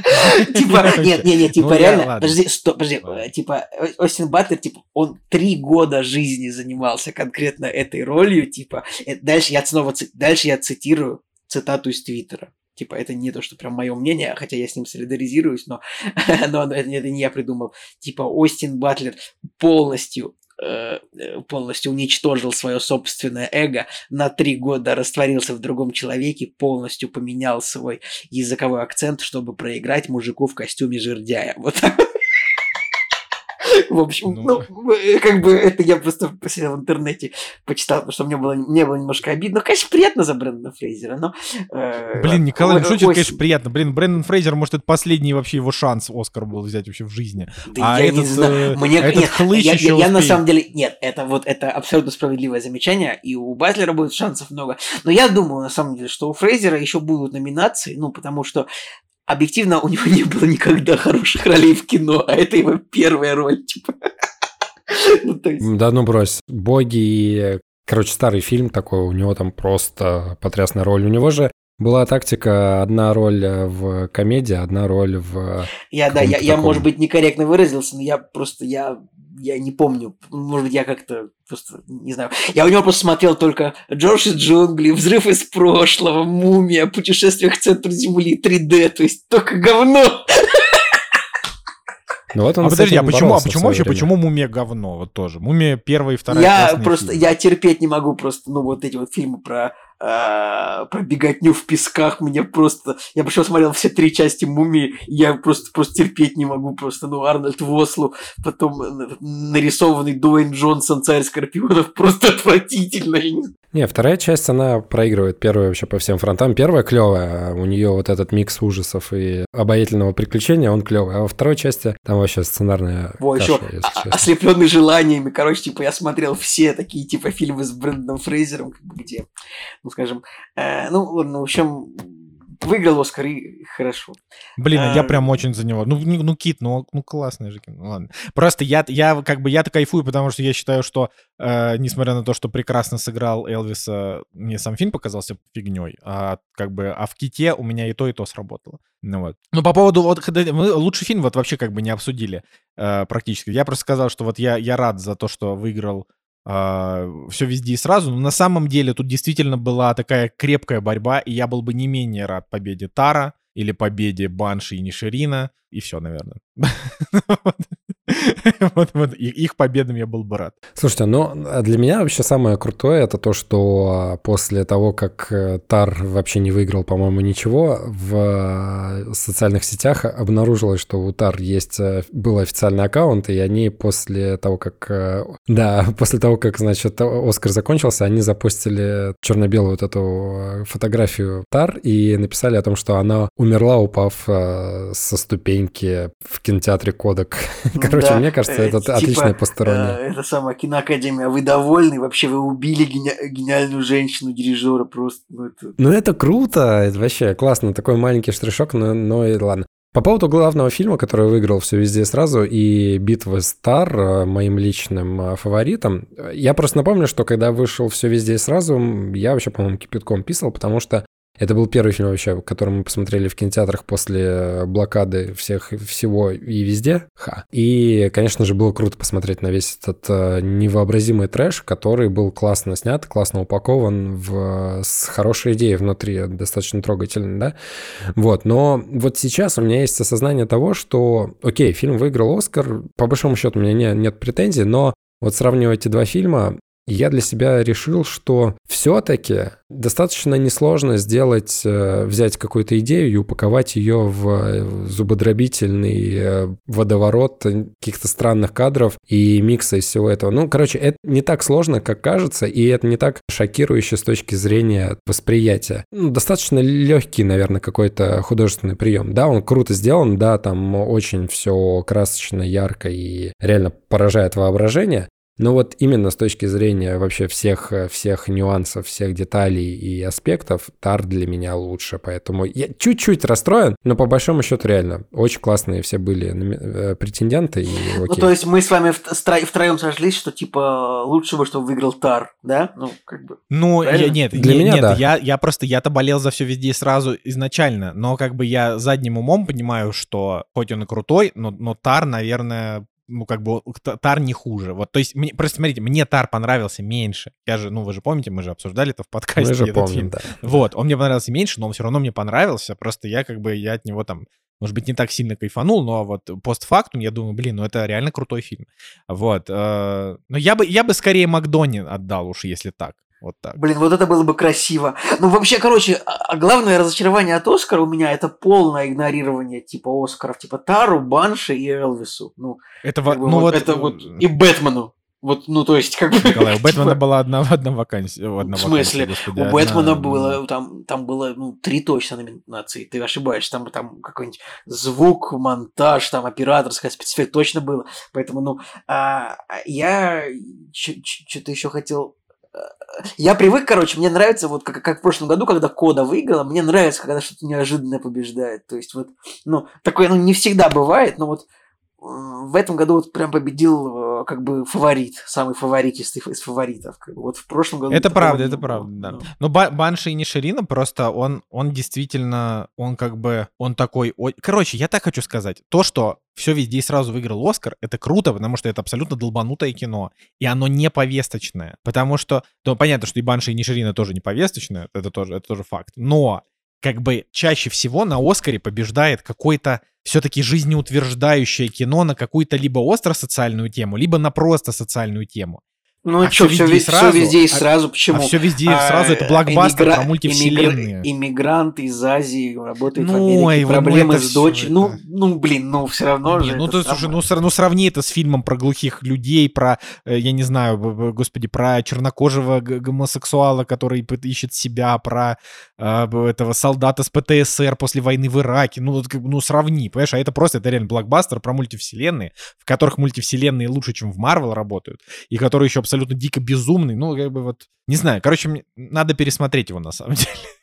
Реально, подожди, типа, Остин Батлер, типа, он 3 года жизни занимался конкретно этой ролью, типа, дальше я цитирую цитату из Твиттера. Типа, это не то, что прям мое мнение, хотя я с ним солидаризируюсь, но это не я придумал. Типа, Остин Батлер полностью уничтожил свое собственное эго, на 3 года растворился в другом человеке, полностью поменял свой языковой акцент, чтобы проиграть мужику в костюме жердяя. Вот так. В общем, как бы это я просто посидел в интернете, почитал, потому что мне было немножко обидно. Конечно, приятно за Брэндона Фрейзера, но... Блин, Николай, шутит, конечно, приятно. Блин, Брэндон Фрейзер, может, это последний вообще его шанс Оскар был взять вообще в жизни. Да, я не знаю. Я на самом деле... Нет, это абсолютно справедливое замечание, и у Батлера будет шансов много. Но я думаю, на самом деле, что у Фрейзера еще будут номинации, потому что объективно, у него не было никогда хороших ролей в кино, а это его первая роль, типа. Да ну брось, «Боги», старый фильм такой, у него там просто потрясная роль. У него же была тактика: одна роль в комедии, одна роль в... Я, может быть, некорректно выразился, но я не помню. Может быть, я как-то просто не знаю. Я у него просто смотрел только «Джордж из джунглей», «Взрыв из прошлого», «Мумия», «Путешествие к центру Земли», 3D, то есть только говно. Ну вот он подожди, почему «Мумия» говно? Вот тоже. «Мумия» первая и вторая. Я терпеть не могу просто, вот эти вот фильмы про беготню в песках, меня просто... Я пришел смотрел все 3 части «Мумии», я просто терпеть не могу, Арнольд Вослу, потом нарисованный Дуэйн Джонсон, «Царь скорпионов», просто отвратительно. Не, вторая часть, она проигрывает первую вообще по всем фронтам. Первая клевая, у нее вот этот микс ужасов и обаятельного приключения, он клевый. А во второй части там вообще сценарная каша, если честно. Ослепленный желаниями, я смотрел все такие фильмы с Брэндоном Фрейзером, где, скажем, в общем, выиграл Оскар, и хорошо. Блин, я прям очень за него. Ну Кит, ну классный же кино. Ладно. Просто я-то кайфую, потому что я считаю, что несмотря на то, что прекрасно сыграл Элвиса, мне сам фильм показался фигней, а в Ките у меня и то сработало. Ну вот. Ну по поводу мы лучший фильм вот вообще как бы не обсудили практически. Я просто сказал, что вот я рад за то, что выиграл все везде и сразу, но на самом деле тут действительно была такая крепкая борьба, и я был бы не менее рад победе Тара или победе Банши и Ниширина, и все, наверное. Вот их победам я был бы рад. Слушайте, ну для меня вообще самое крутое это то, что после того, как Тар вообще не выиграл, по-моему, ничего, в социальных сетях обнаружилось, что у Тар был официальный аккаунт, и они после того, как, значит, Оскар закончился, они запустили черно-белую вот эту фотографию Тар и написали о том, что она умерла, упав со ступеньки в кинотеатре Кодак. Короче, мне кажется, это отличная посторонняя. Это самая киноакадемия. Вы довольны? Вообще, вы убили гениальную женщину, дирижера просто. Ну, это круто. Это вообще классно. Такой маленький штришок, но и ладно. По поводу главного фильма, который выиграл «Все везде и сразу», и «Битва с Тар», моим личным фаворитом, я просто напомню, что когда вышел «Все везде и сразу», я вообще, по-моему, кипятком писал, потому что это был первый фильм вообще, который мы посмотрели в кинотеатрах после блокады всего и везде. И, конечно же, было круто посмотреть на весь этот невообразимый трэш, который был классно снят, классно упакован, с хорошей идеей внутри, достаточно трогательно, да? Вот, но вот сейчас у меня есть осознание того, что, окей, фильм выиграл Оскар, по большому счету у меня нет претензий, но вот сравнивая эти два фильма, я для себя решил, что все-таки достаточно несложно взять какую-то идею и упаковать ее в зубодробительный водоворот каких-то странных кадров и микса из всего этого. Ну, короче, это не так сложно, как кажется, и это не так шокирующе с точки зрения восприятия. Ну, достаточно легкий, наверное, какой-то художественный прием. Да, он круто сделан, да, там очень все красочно, ярко и реально поражает воображение. Но вот именно с точки зрения вообще всех нюансов, всех деталей и аспектов, Тар для меня лучше. Поэтому я чуть-чуть расстроен, но по большому счету реально очень классные все были претенденты. И окей. Ну, то есть мы с вами втроем сошлись, что типа лучше бы, чтобы выиграл Тар, да? Ну, как бы. Ну, для меня, да. Я-то болел за «Все везде и сразу» изначально, но как бы я задним умом понимаю, что хоть он и крутой, но Тар, наверное... Ну, как бы, Тар не хуже. Вот, то есть, просто смотрите, мне Тар понравился меньше. Вы же помните, мы же обсуждали это в подкасте. Мы же помним, да. Вот, он мне понравился меньше, но он все равно мне понравился. Просто я от него там, может быть, не так сильно кайфанул, но вот постфактум я думаю, ну это реально крутой фильм. Вот. Но я бы скорее Макдони отдал уж, если так. Вот так. Блин, вот это было бы красиво. Ну, вообще, короче, главное разочарование от Оскара у меня — это полное игнорирование типа Оскаров, типа Тару, Банши и Элвису. Ну, и Бэтмену. Вот, ну, то есть, как бы... Николай, у Бэтмена была одна вакансия. В смысле? Господи, у Бэтмена было, там было, 3 точно номинации. Ты ошибаешься. Там какой-нибудь звук, монтаж, там операторская спецэффект точно было. Поэтому, я что-то еще хотел... Я привык, короче, мне нравится, вот как в прошлом году, когда Кода выиграла, мне нравится, когда что-то неожиданное побеждает. То есть, вот, такое, не всегда бывает, но вот в этом году вот прям победил как бы фаворит, самый фаворитистый из фаворитов. Вот в прошлом году... Это правда, да. Но Банши и Ниширина просто, он действительно, он такой... Короче, я так хочу сказать. То, что «Все везде и сразу» выиграл Оскар, это круто, потому что это абсолютно долбанутое кино. И оно не повесточное. Потому что, понятно, что и Банши и Ниширина тоже не повесточное, это тоже факт. Но как бы чаще всего на Оскаре побеждает какое-то все-таки жизнеутверждающее кино на какую-то либо остро-социальную тему, либо на просто социальную тему. Ну что, все везде и сразу, почему? А все везде и сразу это блокбастер про мультивселенные. Иммигрант из Азии работает в Америке, проблемы с дочерью. Все равно же. Слушай, сравни это с фильмом про глухих людей, про, я не знаю, господи, про чернокожего гомосексуала, который ищет себя, про этого солдата с ПТСР после войны в Ираке. Сравни, понимаешь? А это реально блокбастер про мультивселенные, в которых мультивселенные лучше, чем в Марвел работают, и которые еще абсолютно дико безумный. Не знаю. Короче, мне надо пересмотреть его, на самом деле.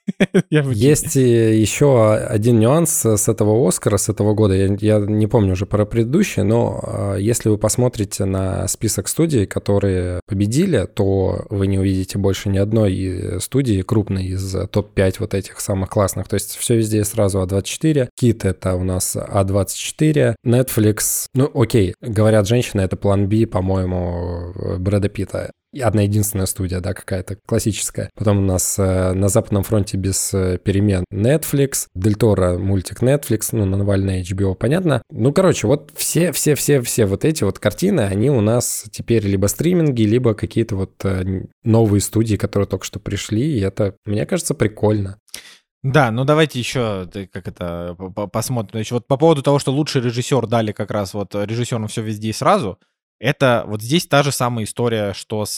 Есть еще один нюанс с этого Оскара, с этого года. Я не помню уже про предыдущие, но если вы посмотрите на список студий, которые победили, то вы не увидите больше ни одной студии крупной из топ-5 вот этих самых классных. То есть все везде сразу А24. Кит — это у нас А24. Netflix, ну окей, говорят женщины, это план Би, по-моему, Брэда Питта. Одна единственная студия, да, какая-то классическая. Потом у нас на Западном фронте без перемен Netflix, Дель Торо мультик Netflix, ну, на Навальное HBO, понятно. Ну, короче, вот все вот эти вот картины, они у нас теперь либо стриминги, либо какие-то вот новые студии, которые только что пришли, и это, мне кажется, прикольно. Да, ну давайте еще посмотрим. Значит, вот по поводу того, что лучший режиссер дали как раз вот режиссерам все везде и сразу, это вот здесь та же самая история, что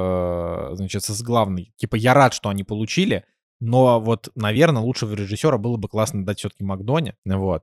с главной. Типа я рад, что они получили, но вот, наверное, лучшего режиссера было бы классно дать все-таки Макдоне. Вот.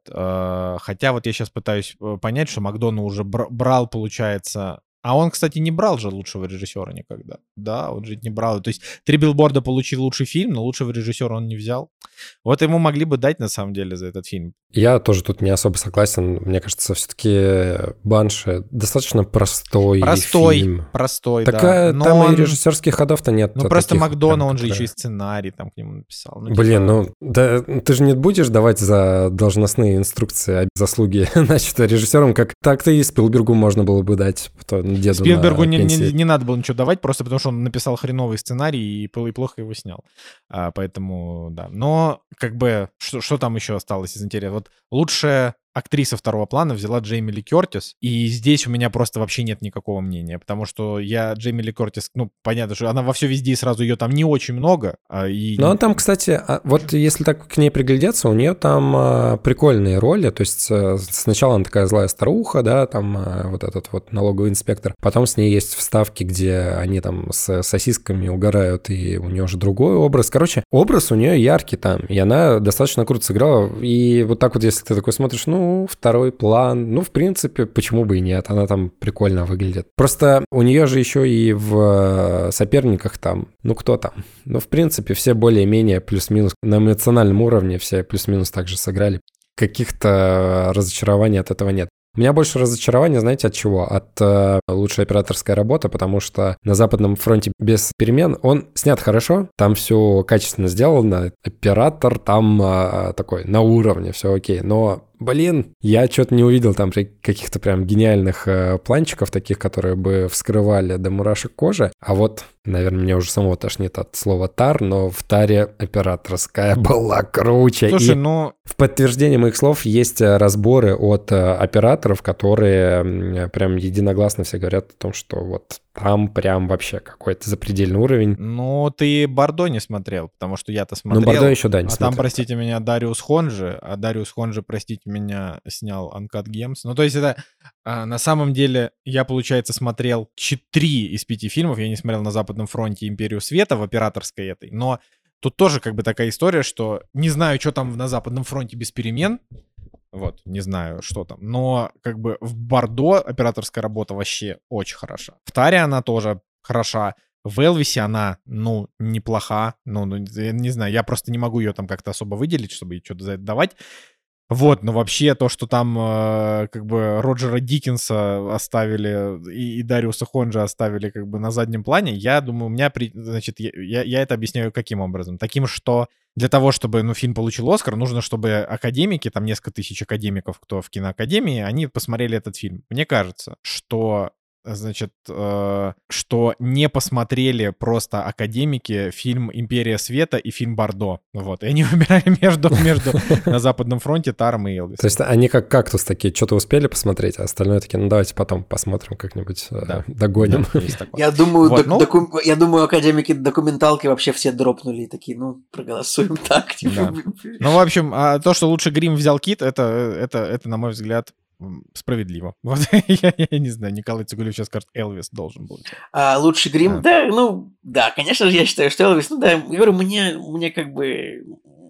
Хотя вот я сейчас пытаюсь понять, что Макдона уже брал, получается... А он, кстати, не брал же лучшего режиссера никогда. Да, он же не брал. То есть 3 билборда получил лучший фильм, но лучшего режиссера он не взял. Вот ему могли бы дать, на самом деле, за этот фильм. Я тоже тут не особо согласен. Мне кажется, все-таки Банши достаточно простой фильм. Простой, так, да. Но там и режиссерских ходов-то нет. Ну, просто Макдона, он же еще и сценарий там к нему написал. Ну, блин, ну, да, ты же не будешь давать за должностные инструкции заслуги, значит, режиссерам, как так-то и Спилбергу можно было бы дать. Деду Спилбергу не надо было ничего давать, просто потому что он написал хреновый сценарий и плохо его снял. Поэтому, да. Но, как бы, что там еще осталось из интереса? Вот лучшая актриса второго плана взяла Джейми Ли Кертис, и здесь у меня просто вообще нет никакого мнения, потому что Джейми Ли Кертис, ну, понятно, что она во все везде, и сразу ее там не очень много. Но там, кстати, вот если так к ней приглядеться, у нее там прикольные роли, то есть сначала она такая злая старуха, да, там вот этот вот налоговый инспектор, потом с ней есть вставки, где они там с сосисками угорают, и у нее же другой образ. Короче, образ у нее яркий там, и она достаточно круто сыграла, и вот так вот, если ты такой смотришь, ну, второй план. Ну, в принципе, почему бы и нет? Она там прикольно выглядит. Просто у нее же еще и в соперниках там, ну, кто там? Ну, в принципе, все более-менее плюс-минус на эмоциональном уровне все плюс-минус так же сыграли. Каких-то разочарований от этого нет. У меня больше разочарования, знаете, от чего? От лучшей операторской работы, потому что на Западном фронте без перемен он снят хорошо, там все качественно сделано, оператор там такой на уровне, все окей, но... Блин, я что-то не увидел там каких-то прям гениальных планчиков, таких, которые бы вскрывали до мурашек кожи. А вот, наверное, мне уже самого тошнит от слова «тар», но в «таре» операторская была круче. Слушай, в подтверждение моих слов есть разборы от операторов, которые прям единогласно все говорят о том, что вот там прям вообще какой-то запредельный уровень. Ну, ты Бардо не смотрел, потому что я-то смотрел. Ну, Бардо еще, да, не смотрел. Там, простите меня, Дариус Хонджи, а Дариус Хонджи, простите меня, снял Uncut Gems. Ну, то есть это на самом деле я, получается, смотрел 4 из 5 фильмов. Я не смотрел на Западном фронте «Империю света» в операторской этой, но тут тоже как бы такая история, что не знаю, что там на Западном фронте без перемен. Вот, не знаю, что там. Но как бы в Бардо операторская работа вообще очень хороша. В Таре она тоже хороша. В Элвисе она, ну, неплоха. Ну, я не знаю, я просто не могу ее там как-то особо выделить, чтобы ей что-то за это давать. Вот, но вообще то, что там как бы Роджера Диккенса оставили и Дариуса Хонджа оставили как бы на заднем плане, я думаю, у меня, значит, я это объясняю каким образом? Таким, что для того, чтобы, ну, фильм получил Оскар, нужно, чтобы академики, там несколько тысяч академиков, кто в киноакадемии, они посмотрели этот фильм. Мне кажется, что... Значит, что не посмотрели просто академики фильм «Империя света» и фильм «Бардо». Вот, и они выбирали между на Западном фронте Таром и Элвисом. То есть они как кактус такие, что-то успели посмотреть, а остальное такие, ну давайте потом посмотрим как-нибудь, догоним. Я думаю, академики документалки вообще все дропнули и такие, ну, проголосуем так. Ну, в общем, то, что лучше Грим взял Кит, это, на мой взгляд, справедливо. Вот, я не знаю, Николай Цигулев сейчас скажет, Элвис должен был. Лучший Грим? Да, ну, да, конечно же, я считаю, что Элвис, ну да, я говорю, мне как бы...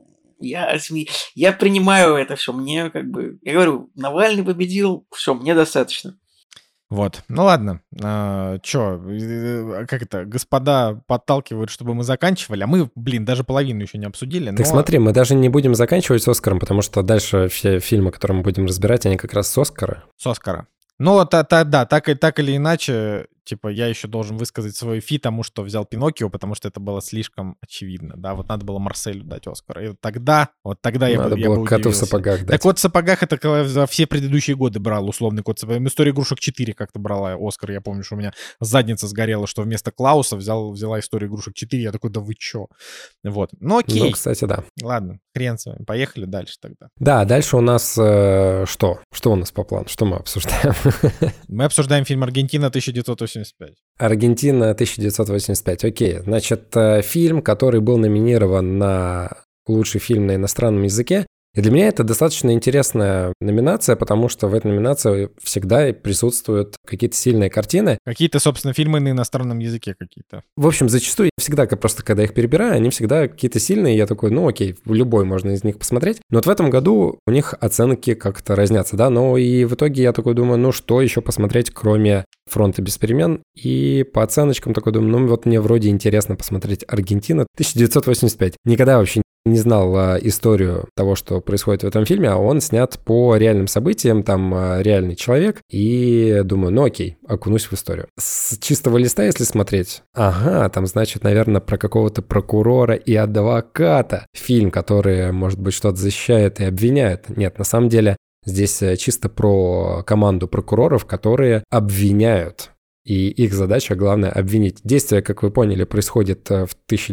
Я принимаю это все, мне как бы... Я говорю, Навальный победил, все, мне достаточно. Вот. Ну ладно. Чё, как это, господа подталкивают, чтобы мы заканчивали, а мы, даже половину еще не обсудили. Так смотри, мы даже не будем заканчивать с Оскаром, потому что дальше все фильмы, которые мы будем разбирать, они как раз с Оскара. С Оскара. Ну, да, так или иначе, типа, я еще должен высказать свой фи тому, что взял Пиноккио, потому что это было слишком очевидно, да, вот надо было Марселю дать Оскар. И тогда я бы было коту в сапогах дать. Так кот в сапогах это за все предыдущие годы брал условный кот в сапогах. «История игрушек 4» как-то брала Оскар, я помню, что у меня задница сгорела, что вместо Клауса взяла «Историю игрушек 4», я такой, да вы чё? Вот, ну окей. Ну, кстати, да. Ладно, хрен с вами, поехали дальше тогда. Да, дальше у нас что? Что у нас по плану? Что мы обсуждаем? Мы обсуждаем фильм «Аргентина 1985». «Аргентина 1985». Окей, значит, фильм, который был номинирован на лучший фильм на иностранном языке. И для меня это достаточно интересная номинация, потому что в этой номинации всегда присутствуют какие-то сильные картины. Какие-то, собственно, фильмы на иностранном языке какие-то. В общем, зачастую всегда, просто когда их перебираю, они всегда какие-то сильные, я такой, ну окей, любой можно из них посмотреть. Но вот в этом году у них оценки как-то разнятся, да, но и в итоге я такой думаю, ну что еще посмотреть, кроме «Фронта без перемен», и по оценочкам такой думаю, ну вот мне вроде интересно посмотреть «Аргентина 1985». Никогда вообще не знал историю того, что происходит в этом фильме, а он снят по реальным событиям, там реальный человек, и думаю, ну окей, окунусь в историю. С чистого листа, если смотреть, там, значит, наверное, про какого-то прокурора и адвоката. Фильм, который, может быть, что-то защищает и обвиняет. Нет, на самом деле, здесь чисто про команду прокуроров, которые обвиняют. И их задача, главное, обвинить. Действие, как вы поняли, происходит в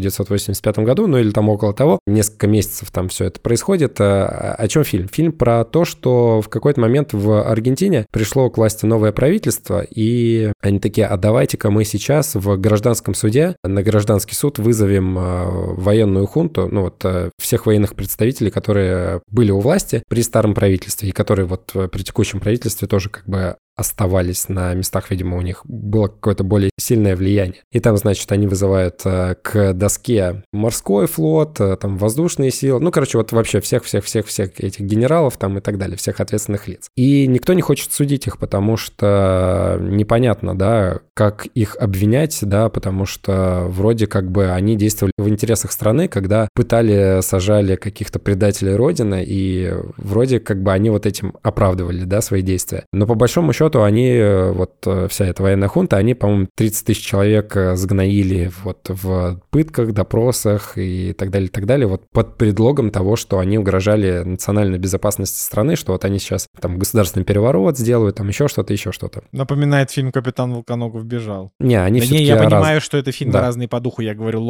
1985 году, ну или там около того. Несколько месяцев там все это происходит. О чем фильм? Фильм про то, что в какой-то момент в Аргентине пришло к власти новое правительство, и они такие, а давайте-ка мы сейчас в гражданском суде, на гражданский суд вызовем военную хунту, ну вот всех военных представителей, которые были у власти при старом правительстве, и которые вот при текущем правительстве тоже как бы оставались на местах, видимо, у них было какое-то более сильное влияние. И там, значит, они вызывают к доске морской флот, там воздушные силы, ну, короче, вот вообще всех этих генералов там и так далее, всех ответственных лиц. И никто не хочет судить их, потому что непонятно, да, как их обвинять, да, потому что вроде как бы они действовали в интересах страны, когда пытали, сажали каких-то предателей Родины, и вроде как бы они вот этим оправдывали, да, свои действия. Но по большому счету они, вот вся эта военная хунта, они, по-моему, 30 тысяч человек сгноили вот в пытках, допросах и так далее, вот под предлогом того, что они угрожали национальной безопасности страны, что вот они сейчас там государственный переворот сделают, там еще что-то. Напоминает фильм «Капитан Волконогов бежал». Я понимаю, что это фильмы разные по духу, я говорю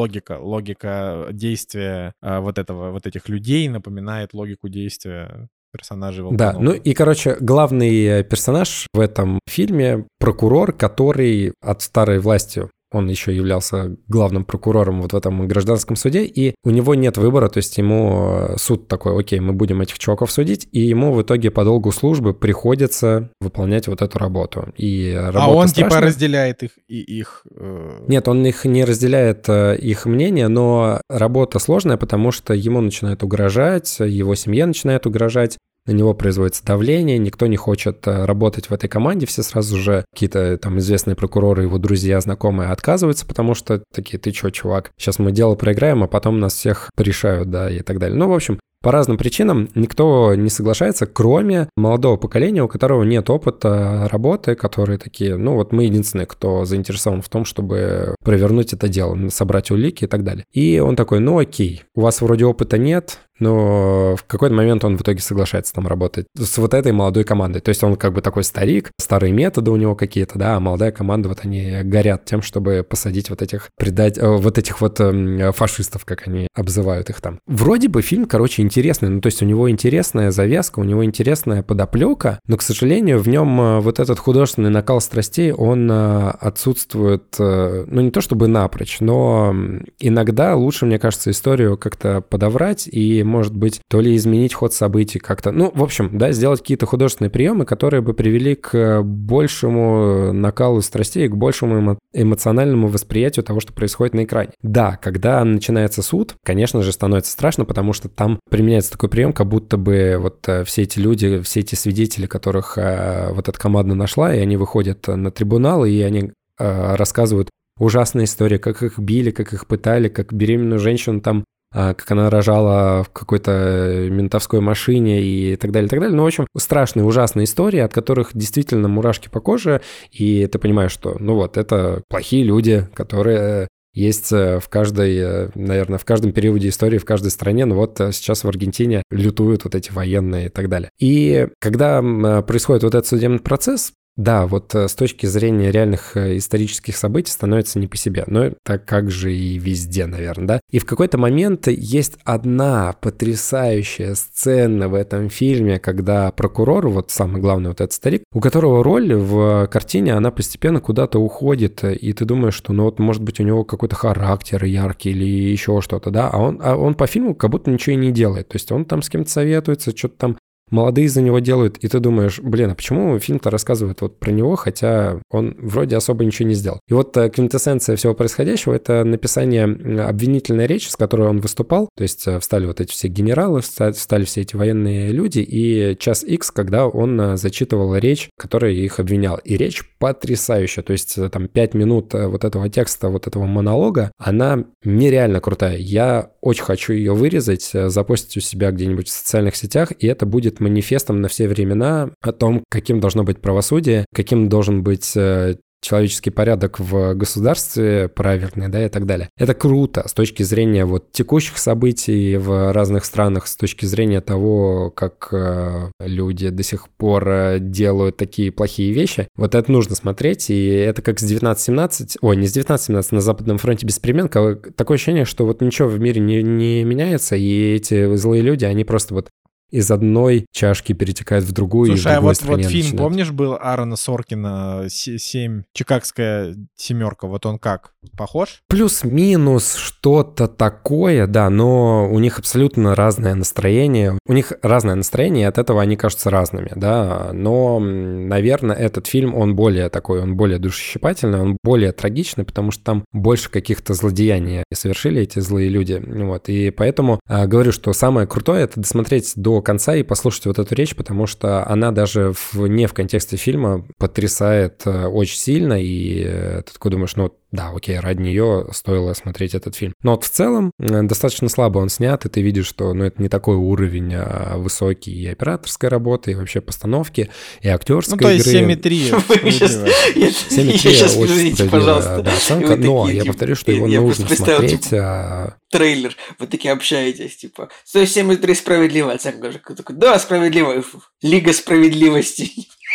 логика действия вот этих людей напоминает логику действия персонажей Волконова. Да, ну и, короче, главный персонаж в этом фильме — прокурор, который от старой власти, он еще являлся главным прокурором вот в этом гражданском суде, и у него нет выбора, то есть ему суд такой, окей, мы будем этих чуваков судить, и ему в итоге по долгу службы приходится выполнять вот эту работу. И работа он страшная. Типа разделяет их... Нет, он их не разделяет, их мнение, но работа сложная, потому что ему начинают угрожать, его семье начинает угрожать, на него производится давление, никто не хочет работать в этой команде, все сразу же, какие-то там известные прокуроры, его друзья, знакомые отказываются, потому что такие, ты чё, чувак, сейчас мы дело проиграем, а потом нас всех порешают, да, и так далее. Ну, в общем, по разным причинам никто не соглашается, кроме молодого поколения, у которого нет опыта работы, которые такие, ну вот мы единственные, кто заинтересован в том, чтобы провернуть это дело, собрать улики и так далее. И он такой, ну окей, у вас вроде опыта нет, но в какой-то момент он в итоге соглашается там работать с вот этой молодой командой. То есть он как бы такой старик, старые методы у него какие-то, да, а молодая команда, вот они горят тем, чтобы посадить вот этих фашистов, как они обзывают их там. Вроде бы фильм, короче, интересный, ну то есть у него интересная завязка, у него интересная подоплека, но, к сожалению, в нем вот этот художественный накал страстей, он отсутствует, ну не то чтобы напрочь, но иногда лучше, мне кажется, историю как-то подобрать и может быть, то ли изменить ход событий как-то. Ну, в общем, да, сделать какие-то художественные приемы, которые бы привели к большему накалу страстей, к большему эмоциональному восприятию того, что происходит на экране. Да, когда начинается суд, конечно же, становится страшно, потому что там применяется такой прием, как будто бы вот все эти люди, все эти свидетели, которых вот эта команда нашла, и они выходят на трибунал, и они рассказывают ужасные истории, как их били, как их пытали, как беременную женщину там, как она рожала в какой-то ментовской машине и так далее, и так далее. Ну, в общем, страшные, ужасные истории, от которых действительно мурашки по коже, и ты понимаешь, что, ну вот, это плохие люди, которые есть в каждой, наверное, в каждом периоде истории, в каждой стране. Но вот сейчас в Аргентине лютуют вот эти военные и так далее. И когда происходит вот этот судебный процесс, да, вот с точки зрения реальных исторических событий становится не по себе. Но так как же и везде, наверное, да? И в какой-то момент есть одна потрясающая сцена в этом фильме, когда прокурор, вот самый главный вот этот старик, у которого роль в картине, она постепенно куда-то уходит, и ты думаешь, что, ну вот, может быть, у него какой-то характер яркий или еще что-то, да? А он по фильму как будто ничего и не делает. То есть он там с кем-то советуется, что-то там молодые за него делают, и ты думаешь, блин, а почему фильм-то рассказывает вот про него, хотя он вроде особо ничего не сделал. И вот квинтэссенция всего происходящего — это написание обвинительной речи, с которой он выступал, то есть встали вот эти все генералы, встали все эти военные люди, и час X, когда он зачитывал речь, которая их обвинял. И речь потрясающая, то есть там 5 минут вот этого текста, вот этого монолога, она нереально крутая. Я очень хочу ее вырезать, запостить у себя где-нибудь в социальных сетях, и это будет манифестом на все времена о том, каким должно быть правосудие, каким должен быть человеческий порядок в государстве правильный, да, и так далее. Это круто с точки зрения вот текущих событий в разных странах, с точки зрения того, как люди до сих пор делают такие плохие вещи. Вот это нужно смотреть, и это как с 1917, не с 1917, на Западном фронте без перемен, такое ощущение, что вот ничего в мире не меняется, и эти злые люди, они просто вот из одной чашки перетекает в другую. Слушай, и в вот стране фильм, начинает. помнишь, был Аарона Соркина «7», «Чикагская семерка», вот он как? Похож? Плюс-минус что-то такое, да, но у них абсолютно разное настроение. У них разное настроение, и от этого они кажутся разными, да. Но, наверное, этот фильм, он более такой, он более душещипательный, он более трагичный, потому что там больше каких-то злодеяний совершили эти злые люди. Вот. И поэтому говорю, что самое крутое — это досмотреть до конца и послушать вот эту речь, потому что она даже не в контексте фильма потрясает очень сильно, и ты такой думаешь, ну да, окей, ради нее стоило смотреть этот фильм. Но вот в целом достаточно слабо он снят, и ты видишь, что это не такой уровень высокий и операторской работы, и вообще постановки, и актерской игры. Ну, то есть 7,3. 7,3 очень справедливая оценка, но я повторю, что его нужно смотреть. Трейлер, вы такие общаетесь, типа, 7,3 справедливая оценка. Такой, да, справедливая. Лига справедливости.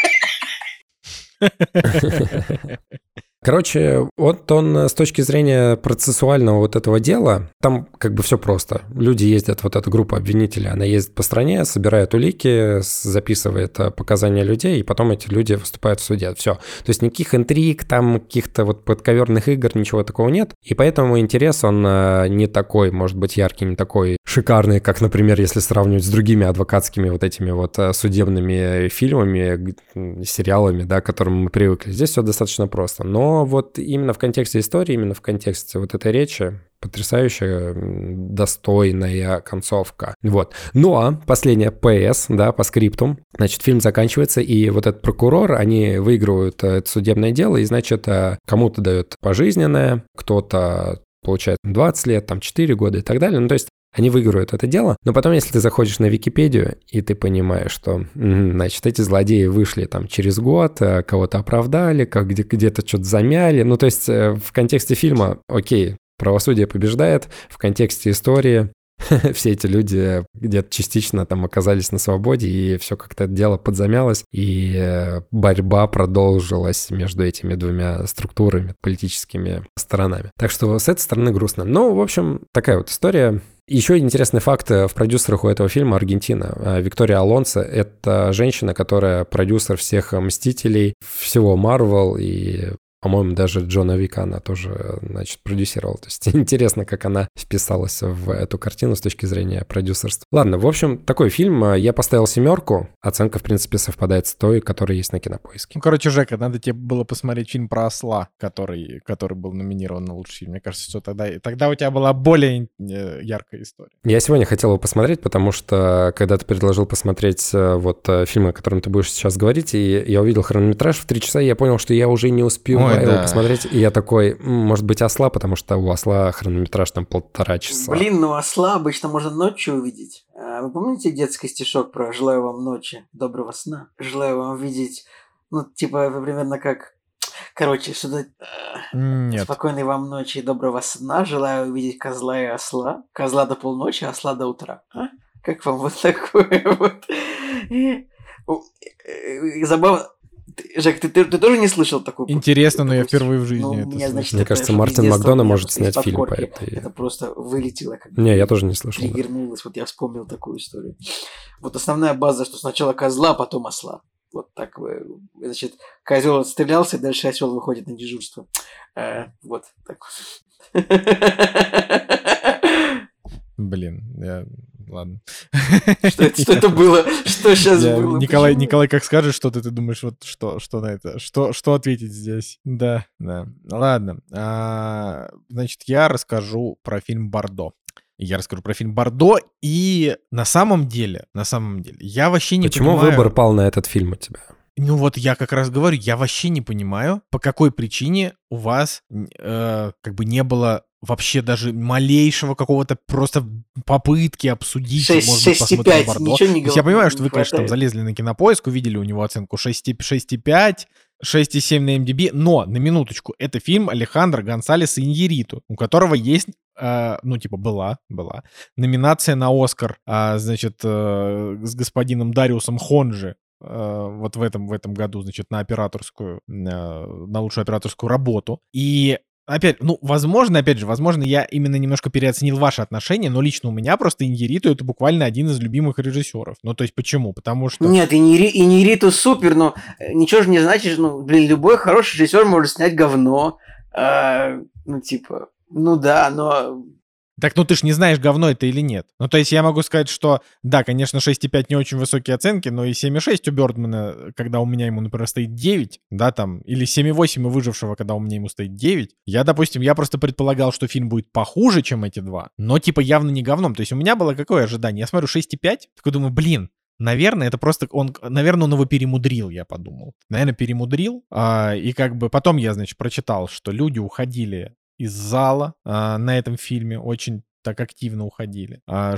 Короче, вот он с точки зрения процессуального вот этого дела, там как бы все просто. Люди ездят, вот эта группа обвинителей, она ездит по стране, собирает улики, записывает показания людей, и потом эти люди выступают в суде. Все. То есть никаких интриг, там каких-то вот подковерных игр, ничего такого нет. И поэтому интерес, он не такой, может быть, яркий, не такой шикарный, как, например, если сравнивать с другими адвокатскими вот этими вот судебными фильмами, сериалами, да, к которым мы привыкли. Здесь все достаточно просто. Но вот именно в контексте истории, именно в контексте вот этой речи потрясающая, достойная концовка. Вот. Ну а последняя PS, да, по скрипту. Значит, фильм заканчивается, и вот этот прокурор, они выигрывают это судебное дело, и, значит, кому-то дают пожизненное, кто-то получает 20 лет, там 4 года и так далее. Ну, то есть они выигрывают это дело, но потом, если ты заходишь на Википедию, и ты понимаешь, что, значит, эти злодеи вышли там через год, кого-то оправдали, где-то что-то замяли. Ну, то есть в контексте фильма, окей, правосудие побеждает, в контексте истории все эти люди где-то частично там оказались на свободе, и все как-то это дело подзамялось, и борьба продолжилась между этими двумя структурами, политическими сторонами. Так что с этой стороны грустно. Ну, в общем, такая вот история. Еще интересный факт в продюсерах у этого фильма — Аргентина. Виктория Алонсо — это женщина, которая продюсер всех «Мстителей», всего Marvel, и По-моему, даже Джона Вика она тоже, значит, продюсировала. То есть интересно, как она вписалась в эту картину с точки зрения продюсерства. Ладно, в общем, такой фильм. Я поставил 7. Оценка, в принципе, совпадает с той, которая есть на Кинопоиске. Ну, короче, Жека, надо тебе было посмотреть фильм про осла, который был номинирован на лучший фильм. Мне кажется, что тогда у тебя была более яркая история. Я сегодня хотел его посмотреть, потому что, когда ты предложил посмотреть вот фильм, о котором ты будешь сейчас говорить, и я увидел хронометраж в 3 часа, и я понял, что я уже не успеваю его посмотреть. И я такой, может быть, осла, потому что у осла хронометраж там 1,5 часа. Блин, ну осла обычно можно ночью увидеть. Вы помните детский стишок про «Желаю вам ночи, доброго сна»? Желаю вам видеть, ну, типа, примерно как... Короче, что-то... Нет. Спокойной вам ночи и доброго сна. Желаю увидеть козла и осла. Козла до полночи, осла до утра. А? Как вам вот такое вот? Забавно. Жек, ты тоже не слышал такую? Интересно, но я впервые в жизни это меня, значит, Мне кажется, Мартин Макдона может снять фильм по этой... Это просто вылетело. Как не, я тоже не слышал. Триггернулось. Вот я вспомнил такую историю. Вот основная база, что сначала козла, а потом осла. Вот так, значит, козел отстрелялся, дальше осел выходит на дежурство. Вот так вот. Блин, ладно. Что это было? Что сейчас было? Николай, как скажешь что-то, ты думаешь, вот что на это? Что ответить здесь? Да. Ладно. Значит, я расскажу про фильм «Бордо». И на самом деле, я вообще не понимаю... Почему выбор пал на этот фильм у тебя? Ну вот я как раз говорю, я вообще не понимаю, по какой причине у вас как бы не было вообще даже малейшего какого-то просто попытки обсудить, 6, может быть, посмотреть «Бордо». Ничего не я понимаю, что вы, конечно, там залезли на Кинопоиск, увидели у него оценку 6,5, 6,7 на MDB, но, на минуточку, это фильм Алехандро Гонсалеса Иньярриту, у которого есть, была номинация на «Оскар», значит, с господином Дариусом Хонджи, вот в этом году, значит, на лучшую операторскую работу. И опять, возможно, я именно немножко переоценил ваши отношения, но лично у меня просто Иньярриту это буквально один из любимых режиссеров. Ну, то есть, почему? Потому что... Нет, Иньярриту супер, но ничего же не значит, любой хороший режиссер может снять говно. Но... Так, ты ж не знаешь, говно это или нет. Ну, то есть я могу сказать, что, да, конечно, 6,5 не очень высокие оценки, но и 7,6 у Бёрдмана, когда у меня ему, например, стоит 9, да, там, или 7,8 у «Выжившего», когда у меня ему стоит 9. Я просто предполагал, что фильм будет похуже, чем эти два, но, типа, явно не говном. То есть у меня было какое ожидание? Я смотрю 6,5, такой думаю, наверное, это просто он его перемудрил, я подумал. Наверное, перемудрил. И как бы потом я, значит, прочитал, что люди уходили из зала на этом фильме, очень так активно уходили.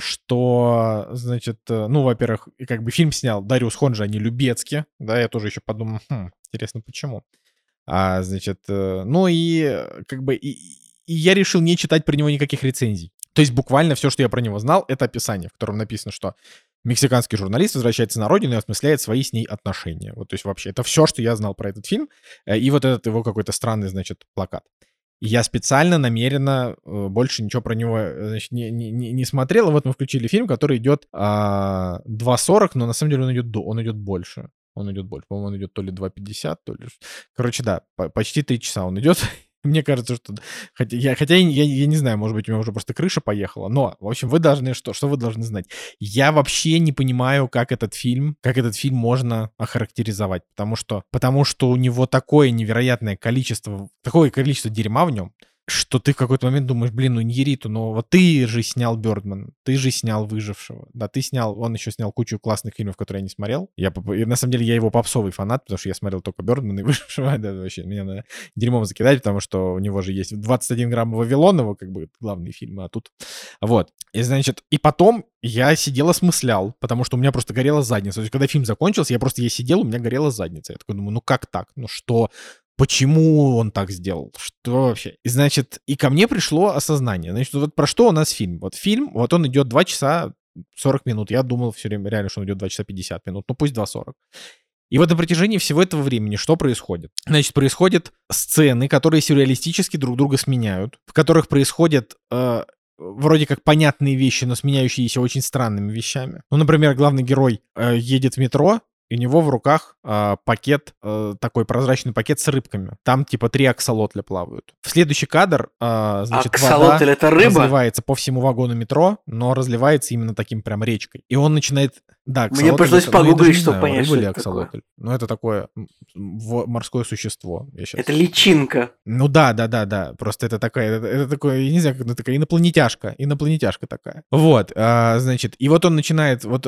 Что, значит, во-первых, как бы фильм снял Дариус Хонджи, а не Любецкий. Да, я тоже еще подумал, интересно, почему. Значит, и как бы и я решил не читать про него никаких рецензий. То есть буквально все, что я про него знал, это описание, в котором написано, что мексиканский журналист возвращается на родину и осмысляет свои с ней отношения. Вот, то есть вообще это все, что я знал про этот фильм. И вот этот его какой-то странный, значит, плакат. И я специально, намеренно больше ничего про него, значит, не смотрел. И вот мы включили фильм, который идет 2:40, но на самом деле он идет больше. По-моему, он идет то ли 2:50, то ли... Короче, да, почти 3 часа он идет. Мне кажется, что... Хотя я не знаю, может быть, у меня уже просто крыша поехала. Но, в общем, вы должны... Что вы должны знать? Я вообще не понимаю, как этот фильм можно охарактеризовать. Потому что у него такое невероятное количество дерьма в нем, что ты в какой-то момент думаешь, Иньярриту, но вот ты же снял «Бёрдман», ты же снял «Выжившего». Да, он еще снял кучу классных фильмов, которые я не смотрел. И на самом деле я его попсовый фанат, потому что я смотрел только «Бёрдмана» и «Выжившего». Да, вообще, меня надо дерьмом закидать, потому что у него же есть 21 грамм Вавилонова, как бы главные фильмы, а тут... Вот. И, значит, и потом я сидел осмыслял, потому что у меня просто горела задница. То есть, когда фильм закончился, я сидел, у меня горела задница. Я такой думаю, как так? Что... Почему он так сделал? Что вообще? И, значит, и ко мне пришло осознание. Значит, вот про что у нас фильм? Вот фильм, вот он идет 2 часа 40 минут. Я думал все время реально, что он идет 2 часа 50 минут. Пусть 2:40. И вот на протяжении всего этого времени что происходит? Значит, происходят сцены, которые сюрреалистически друг друга сменяют, в которых происходят вроде как понятные вещи, но сменяющиеся очень странными вещами. Например, главный герой едет в метро, и у него в руках пакет, такой прозрачный пакет с рыбками. Там типа 3 аксолотля плавают. В следующий кадр, значит, Аксолотль вода это рыба? разливается по всему вагону метро, но разливается именно таким прям речкой. И он начинает... Да, Мне аксолотль пришлось это- ну, я погуглить, даже не чтобы знаю, понять, рыба что или это такое. аксолотль. Ну, это такое морское существо. Я щас... Это личинка. Ну да. Просто это такая, это такое, я не знаю, как это такая инопланетяшка такая. Вот, значит, и вот он начинает вот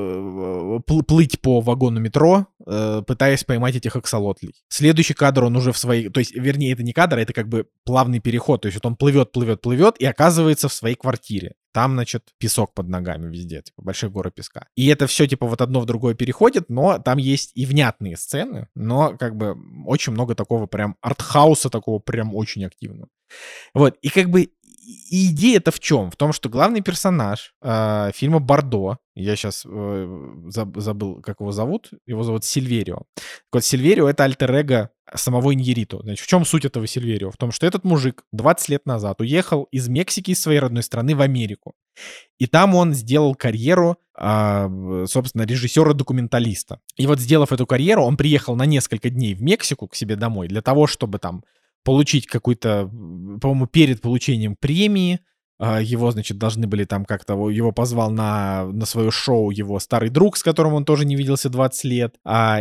плыть по вагону метро, пытаясь поймать этих аксолотлей. Следующий кадр он уже в своей, то есть, вернее, это не кадр, это как бы плавный переход, то есть вот он плывет и оказывается в своей квартире. Там, значит, песок под ногами везде, типа большие горы песка. И это все, типа, вот одно в другое переходит, но там есть и внятные сцены, но как бы очень много такого прям артхауса, такого прям очень активного. Вот, и как бы и идея-то в чем? В том, что главный персонаж фильма «Бордо», я сейчас забыл, как его зовут Сильверио. Так вот, Сильверио — это альтер-эго самого Иньярриту. Значит, в чем суть этого Сильверио? В том, что этот мужик 20 лет назад уехал из Мексики, из своей родной страны в Америку. И там он сделал карьеру, собственно, режиссера-документалиста. И вот, сделав эту карьеру, он приехал на несколько дней в Мексику к себе домой для того, чтобы там получить какой-то, по-моему, перед получением премии, его, значит, должны были там как-то, его позвал на свое шоу его старый друг, с которым он тоже не виделся 20 лет.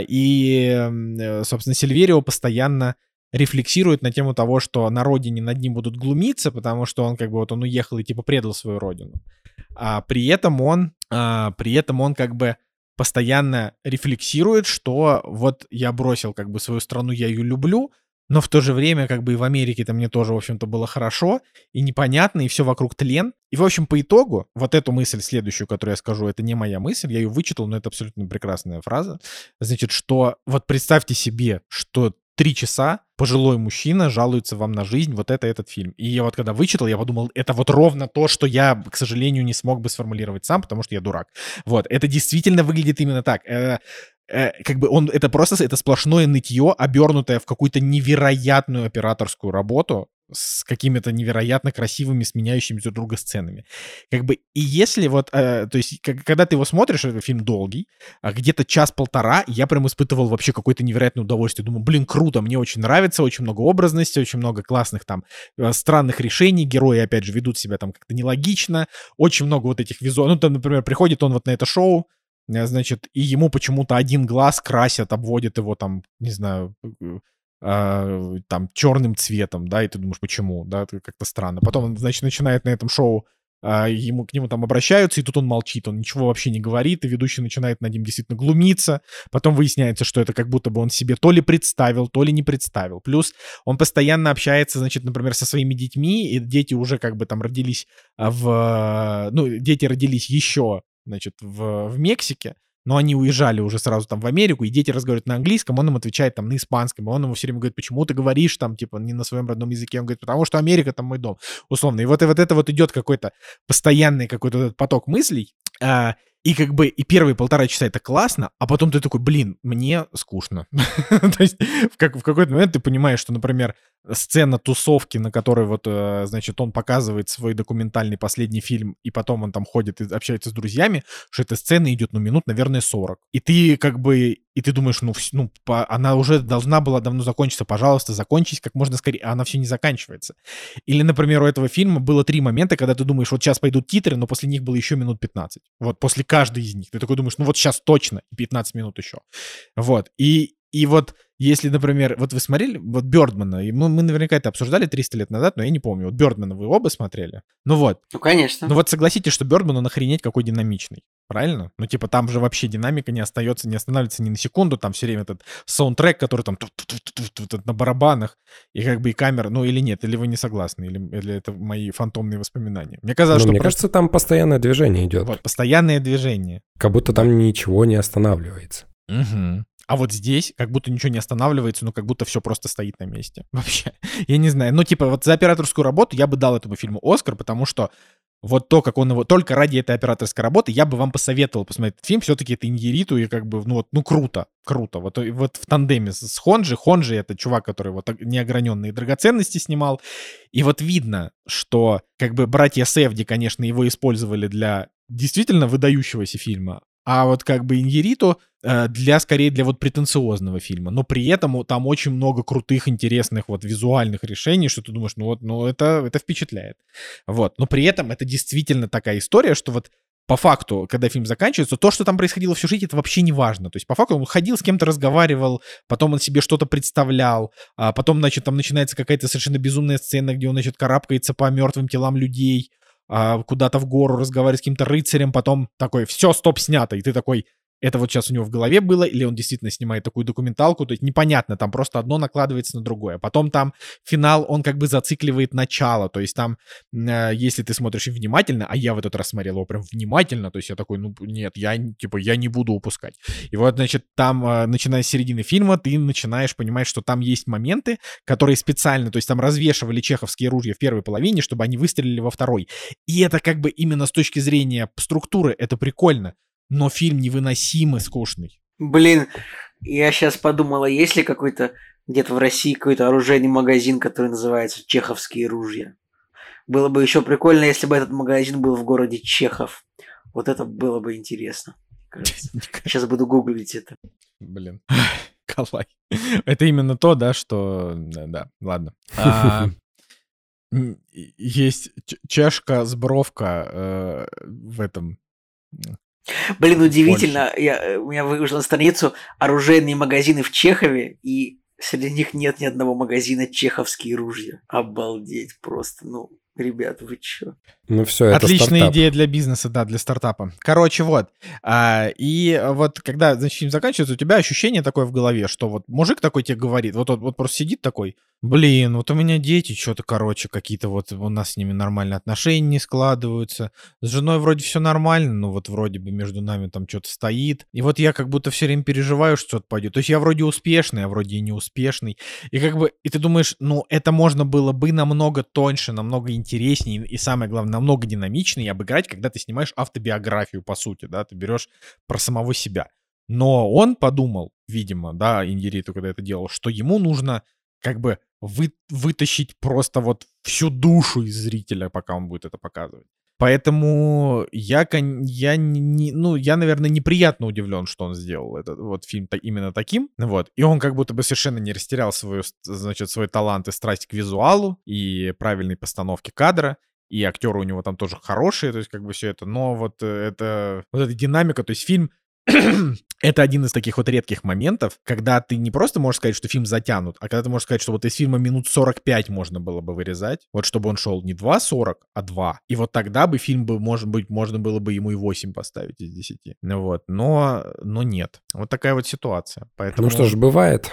И, собственно, Сильверио постоянно рефлексирует на тему того, что на родине над ним будут глумиться, потому что он как бы вот он уехал и типа предал свою родину. При этом он как бы постоянно рефлексирует, что вот я бросил как бы свою страну, я ее люблю, но в то же время как бы и в Америке-то мне тоже, в общем-то, было хорошо и непонятно, и все вокруг тлен. И, в общем, по итогу, вот эту мысль следующую, которую я скажу, это не моя мысль, я ее вычитал, но это абсолютно прекрасная фраза. Значит, что вот представьте себе, что 3 часа пожилой мужчина жалуется вам на жизнь, вот это этот фильм. И я вот когда вычитал, я подумал, это вот ровно то, что я, к сожалению, не смог бы сформулировать сам, потому что я дурак. Вот, это действительно выглядит именно так. Как бы это сплошное нытье, обернутое в какую-то невероятную операторскую работу с какими-то невероятно красивыми, сменяющимися друг друга сценами. Как бы, и если вот, то есть, когда ты его смотришь, этот фильм долгий, где-то час-полтора, я прям испытывал вообще какое-то невероятное удовольствие. Думаю, блин, круто, мне очень нравится, очень много образности, очень много классных там странных решений, герои, опять же, ведут себя там как-то нелогично, очень много вот этих визуалов. Ну, там, например, приходит он вот на это шоу, значит, и ему почему-то один глаз красят, обводят его там, не знаю, там черным цветом, да, и ты думаешь, почему, да, это как-то странно. Потом он, значит, начинает на этом шоу, к нему там обращаются, и тут он молчит, он ничего вообще не говорит, и ведущий начинает над ним действительно глумиться. Потом выясняется, что это как будто бы он себе то ли представил, то ли не представил. Плюс он постоянно общается, значит, например, со своими детьми, и дети уже как бы там родились дети родились еще, значит, в Мексике, но они уезжали уже сразу там в Америку, и дети разговаривают на английском, он им отвечает там на испанском, и он ему все время говорит, почему ты говоришь там, типа, не на своем родном языке, он говорит, потому что Америка там мой дом, условно. И вот это вот идет какой-то постоянный какой-то этот поток мыслей, и как бы и первые 1,5 часа это классно, а потом ты такой, блин, мне скучно. То есть в какой-то момент ты понимаешь, что, например, сцена тусовки, на которой вот, значит, он показывает свой документальный последний фильм, и потом он там ходит и общается с друзьями, что эта сцена идет, минут, наверное, 40. И ты как бы, и ты думаешь, она уже должна была давно закончиться, пожалуйста, закончись как можно скорее, а она все не заканчивается. Или, например, у этого фильма было 3 момента, когда ты думаешь, вот сейчас пойдут титры, но после них было еще минут 15. Вот после каждой из них. Ты такой думаешь, вот сейчас точно, и 15 минут еще. Вот. И вот если, например, вот вы смотрели вот Бёрдмана, и мы наверняка это обсуждали 300 лет назад, но я не помню. Вот Бёрдмана вы оба смотрели? Ну вот. Ну, конечно. Ну вот согласитесь, что Бёрдман, он охренеть какой динамичный. Правильно? Ну типа там же вообще динамика не остается, не останавливается ни на секунду. Там все время этот саундтрек, который там на барабанах, и как бы и камера, ну или нет, или вы не согласны, или это мои фантомные воспоминания. Мне казалось, что мне кажется, там постоянное движение идет. Вот, постоянное движение. Как будто там ничего не останавливается. Угу. А вот здесь как будто ничего не останавливается, но как будто все просто стоит на месте. Вообще, я не знаю. Ну, типа, вот за операторскую работу я бы дал этому фильму Оскар, потому что вот то, как он его... Только ради этой операторской работы я бы вам посоветовал посмотреть этот фильм. Все-таки это Иньярриту, и как бы, круто. Круто. Вот в тандеме с Хонджи. Хонджи — это чувак, который вот неограненные драгоценности снимал. И вот видно, что как бы братья Сефди, конечно, его использовали для действительно выдающегося фильма, а вот как бы Иньярриту скорее для вот претенциозного фильма. Но при этом там очень много крутых, интересных вот визуальных решений, что ты думаешь, это впечатляет. Вот. Но при этом это действительно такая история, что вот по факту, когда фильм заканчивается, то, что там происходило в сюжете, это вообще не важно. То есть, по факту, он ходил, с кем-то разговаривал, потом он себе что-то представлял, а потом, значит, там начинается какая-то совершенно безумная сцена, где он, значит, карабкается по мертвым телам людей, куда-то в гору, разговаривает с каким-то рыцарем, потом такой, все, стоп, снято. И ты такой, это вот сейчас у него в голове было, или он действительно снимает такую документалку, то есть непонятно, там просто одно накладывается на другое. Потом там финал, он как бы зацикливает начало, то есть там, если ты смотришь внимательно, а я в этот раз смотрел его прям внимательно, то есть я такой, нет, я не буду упускать. И вот, значит, там, начиная с середины фильма, ты начинаешь понимать, что там есть моменты, которые специально, то есть там развешивали чеховские ружья в первой половине, чтобы они выстрелили во второй. И это как бы именно с точки зрения структуры, это прикольно. Но фильм невыносимо скучный. Блин, я сейчас подумала, есть ли какой-то где-то в России какой-то оружейный магазин, который называется «Чеховские ружья». Было бы еще прикольно, если бы этот магазин был в городе Чехов. Вот это было бы интересно, кажется. Сейчас буду гуглить это. Блин, Калай. Это именно то, да, что... Да, ладно. Есть чашка-сбровка в этом... Блин, удивительно, у меня вышла на страницу оружейные магазины в Чехове, и среди них нет ни одного магазина «Чеховские ружья». Обалдеть просто, ребята, вы чё? Ну все, это отличная стартап. Идея для бизнеса, да, для стартапа. Короче, вот. И вот когда, значит, фильм заканчивается, у тебя ощущение такое в голове, что вот мужик такой тебе говорит, вот просто сидит такой, блин, вот у меня дети что-то, короче, какие-то вот у нас с ними нормальные отношения не складываются, с женой вроде все нормально, но вот вроде бы между нами там что-то стоит, и вот я как будто все время переживаю, что что-то пойдет. То есть я вроде успешный, а вроде и неуспешный. И как бы, и ты думаешь, это можно было бы намного тоньше, намного интереснее, и самое главное, намного динамичнее обыграть, когда ты снимаешь автобиографию, по сути, да, ты берешь про самого себя. Но он подумал, видимо, да, Иньярриту, когда это делал, что ему нужно как бы вытащить просто вот всю душу из зрителя, пока он будет это показывать. Поэтому я, наверное, неприятно удивлен, что он сделал этот вот фильм именно таким, вот. И он как будто бы совершенно не растерял свой талант и страсть к визуалу и правильной постановке кадра. И актеры у него там тоже хорошие, то есть как бы все это. Но вот эта динамика, то есть фильм... Это один из таких вот редких моментов, когда ты не просто можешь сказать, что фильм затянут, а когда ты можешь сказать, что вот из фильма минут 45 можно было бы вырезать, вот чтобы он шел не 2:40, а 2. И вот тогда бы фильм можно было бы ему и 8 поставить из 10. Вот. Но нет. Вот такая вот ситуация. Поэтому... Ну что ж, бывает.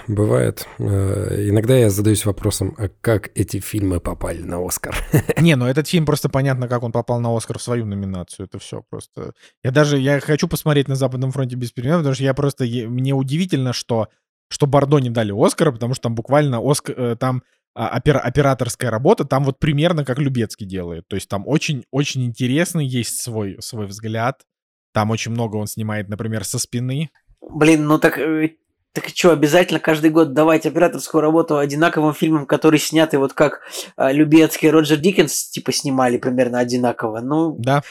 Иногда я задаюсь вопросом, а как эти фильмы попали на Оскар? Не, этот фильм просто понятно, как он попал на Оскар в свою номинацию. Это все просто... Я хочу посмотреть «На Западном фронте без перемен», потому что мне удивительно, что Бардо не дали Оскара, потому что там буквально там операторская работа, там вот примерно как Любецкий делает. То есть там очень-очень интересный есть свой взгляд. Там очень много он снимает, например, со спины. Блин, так что, обязательно каждый год давать операторскую работу одинаковым фильмам, которые сняты вот как Любецкий и Роджер Диккенс, типа, снимали примерно одинаково. Да,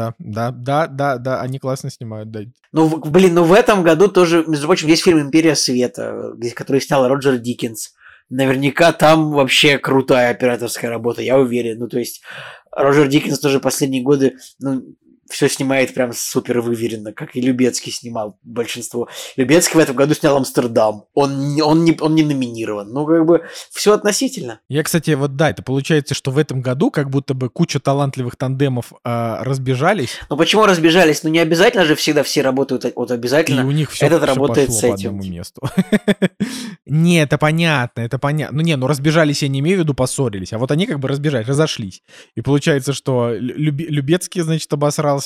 они классно снимают, да. В этом году тоже, между прочим, есть фильм «Империя света», который снял Роджер Диккенс. Наверняка там вообще крутая операторская работа, я уверен. То есть Роджер Диккенс тоже последние годы, все снимает прям супер выверенно, как и Любецкий снимал большинство. Любецкий в этом году снял «Амстердам». Он не номинирован. Как бы все относительно. Я, кстати, это получается, что в этом году как будто бы куча талантливых тандемов разбежались. Почему разбежались? Не обязательно же всегда все работают, вот обязательно. И у них все работает пошло с по этим. одному месту. Не, это понятно. Разбежались, я не имею в виду поссорились, а вот они как бы разошлись. И получается, что Любецкий, значит, обосрался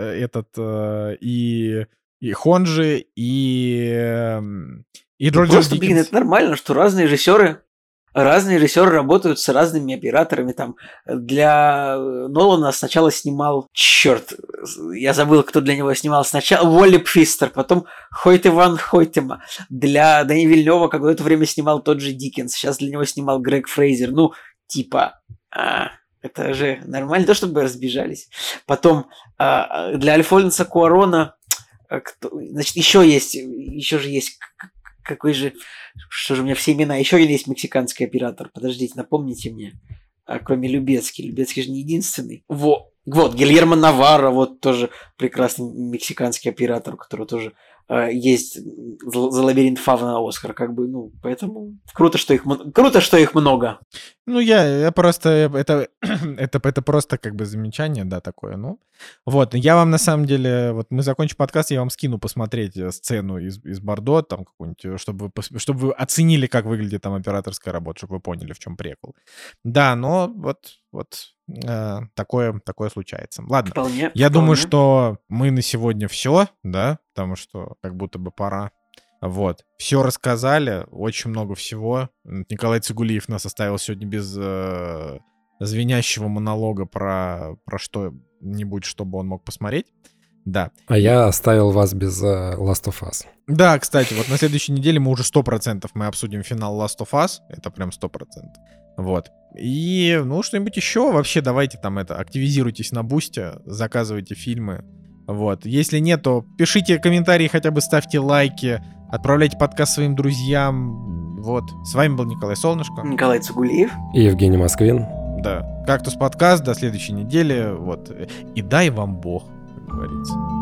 и Хонджи, и Роджер Просто, Диккенс. это нормально, что разные режиссеры работают с разными операторами. Там для Нолана сначала снимал... Черт, я забыл, кто для него снимал сначала. Уолли Пфистер, потом Хойте ван Хойтема. Для Дани Вильнёва какое-то время снимал тот же Диккенс. Сейчас для него снимал Грег Фрейзер. Это же нормально, то, чтобы разбежались. Потом для Альфонса Куарона Значит, еще же есть какой же... Что же у меня все имена? Еще один есть мексиканский оператор. Подождите, напомните мне. Кроме Любецки. Любецкий же не единственный. Вот, Гильермо Наварро, вот тоже прекрасный мексиканский оператор, у которого тоже есть за «Лабиринт Фавна» Оскар, как бы, ну, поэтому круто, что их много. Ну, я просто... Это просто как бы замечание, да, такое, ну. Вот, я вам на самом деле... Вот мы закончим подкаст, я вам скину посмотреть сцену из Бордо, там какую-нибудь, чтобы вы оценили, как выглядит там операторская работа, чтобы вы поняли, в чем прикол. Да, но вот такое случается. Ладно, Вполне. Думаю, что мы на сегодня все, да, потому что как будто бы пора. Вот, все рассказали, очень много всего. Николай Цигулиев нас оставил сегодня без звенящего монолога про что-нибудь, чтобы он мог посмотреть. Да. А я оставил вас без Last of Us. Да, кстати, вот на следующей неделе мы уже 100% мы обсудим финал Last of Us. Это прям 100%. Вот. И, ну, что-нибудь еще. Вообще, давайте там активизируйтесь на Бусте, заказывайте фильмы. Вот. Если нет, то пишите комментарии, хотя бы ставьте лайки, отправляйте подкаст своим друзьям. Вот. С вами был Николай Солнышко. Николай Цигулиев. И Евгений Москвин. Да. «Кактус» подкаст. До следующей недели. Вот. И дай вам Бог, как говорится.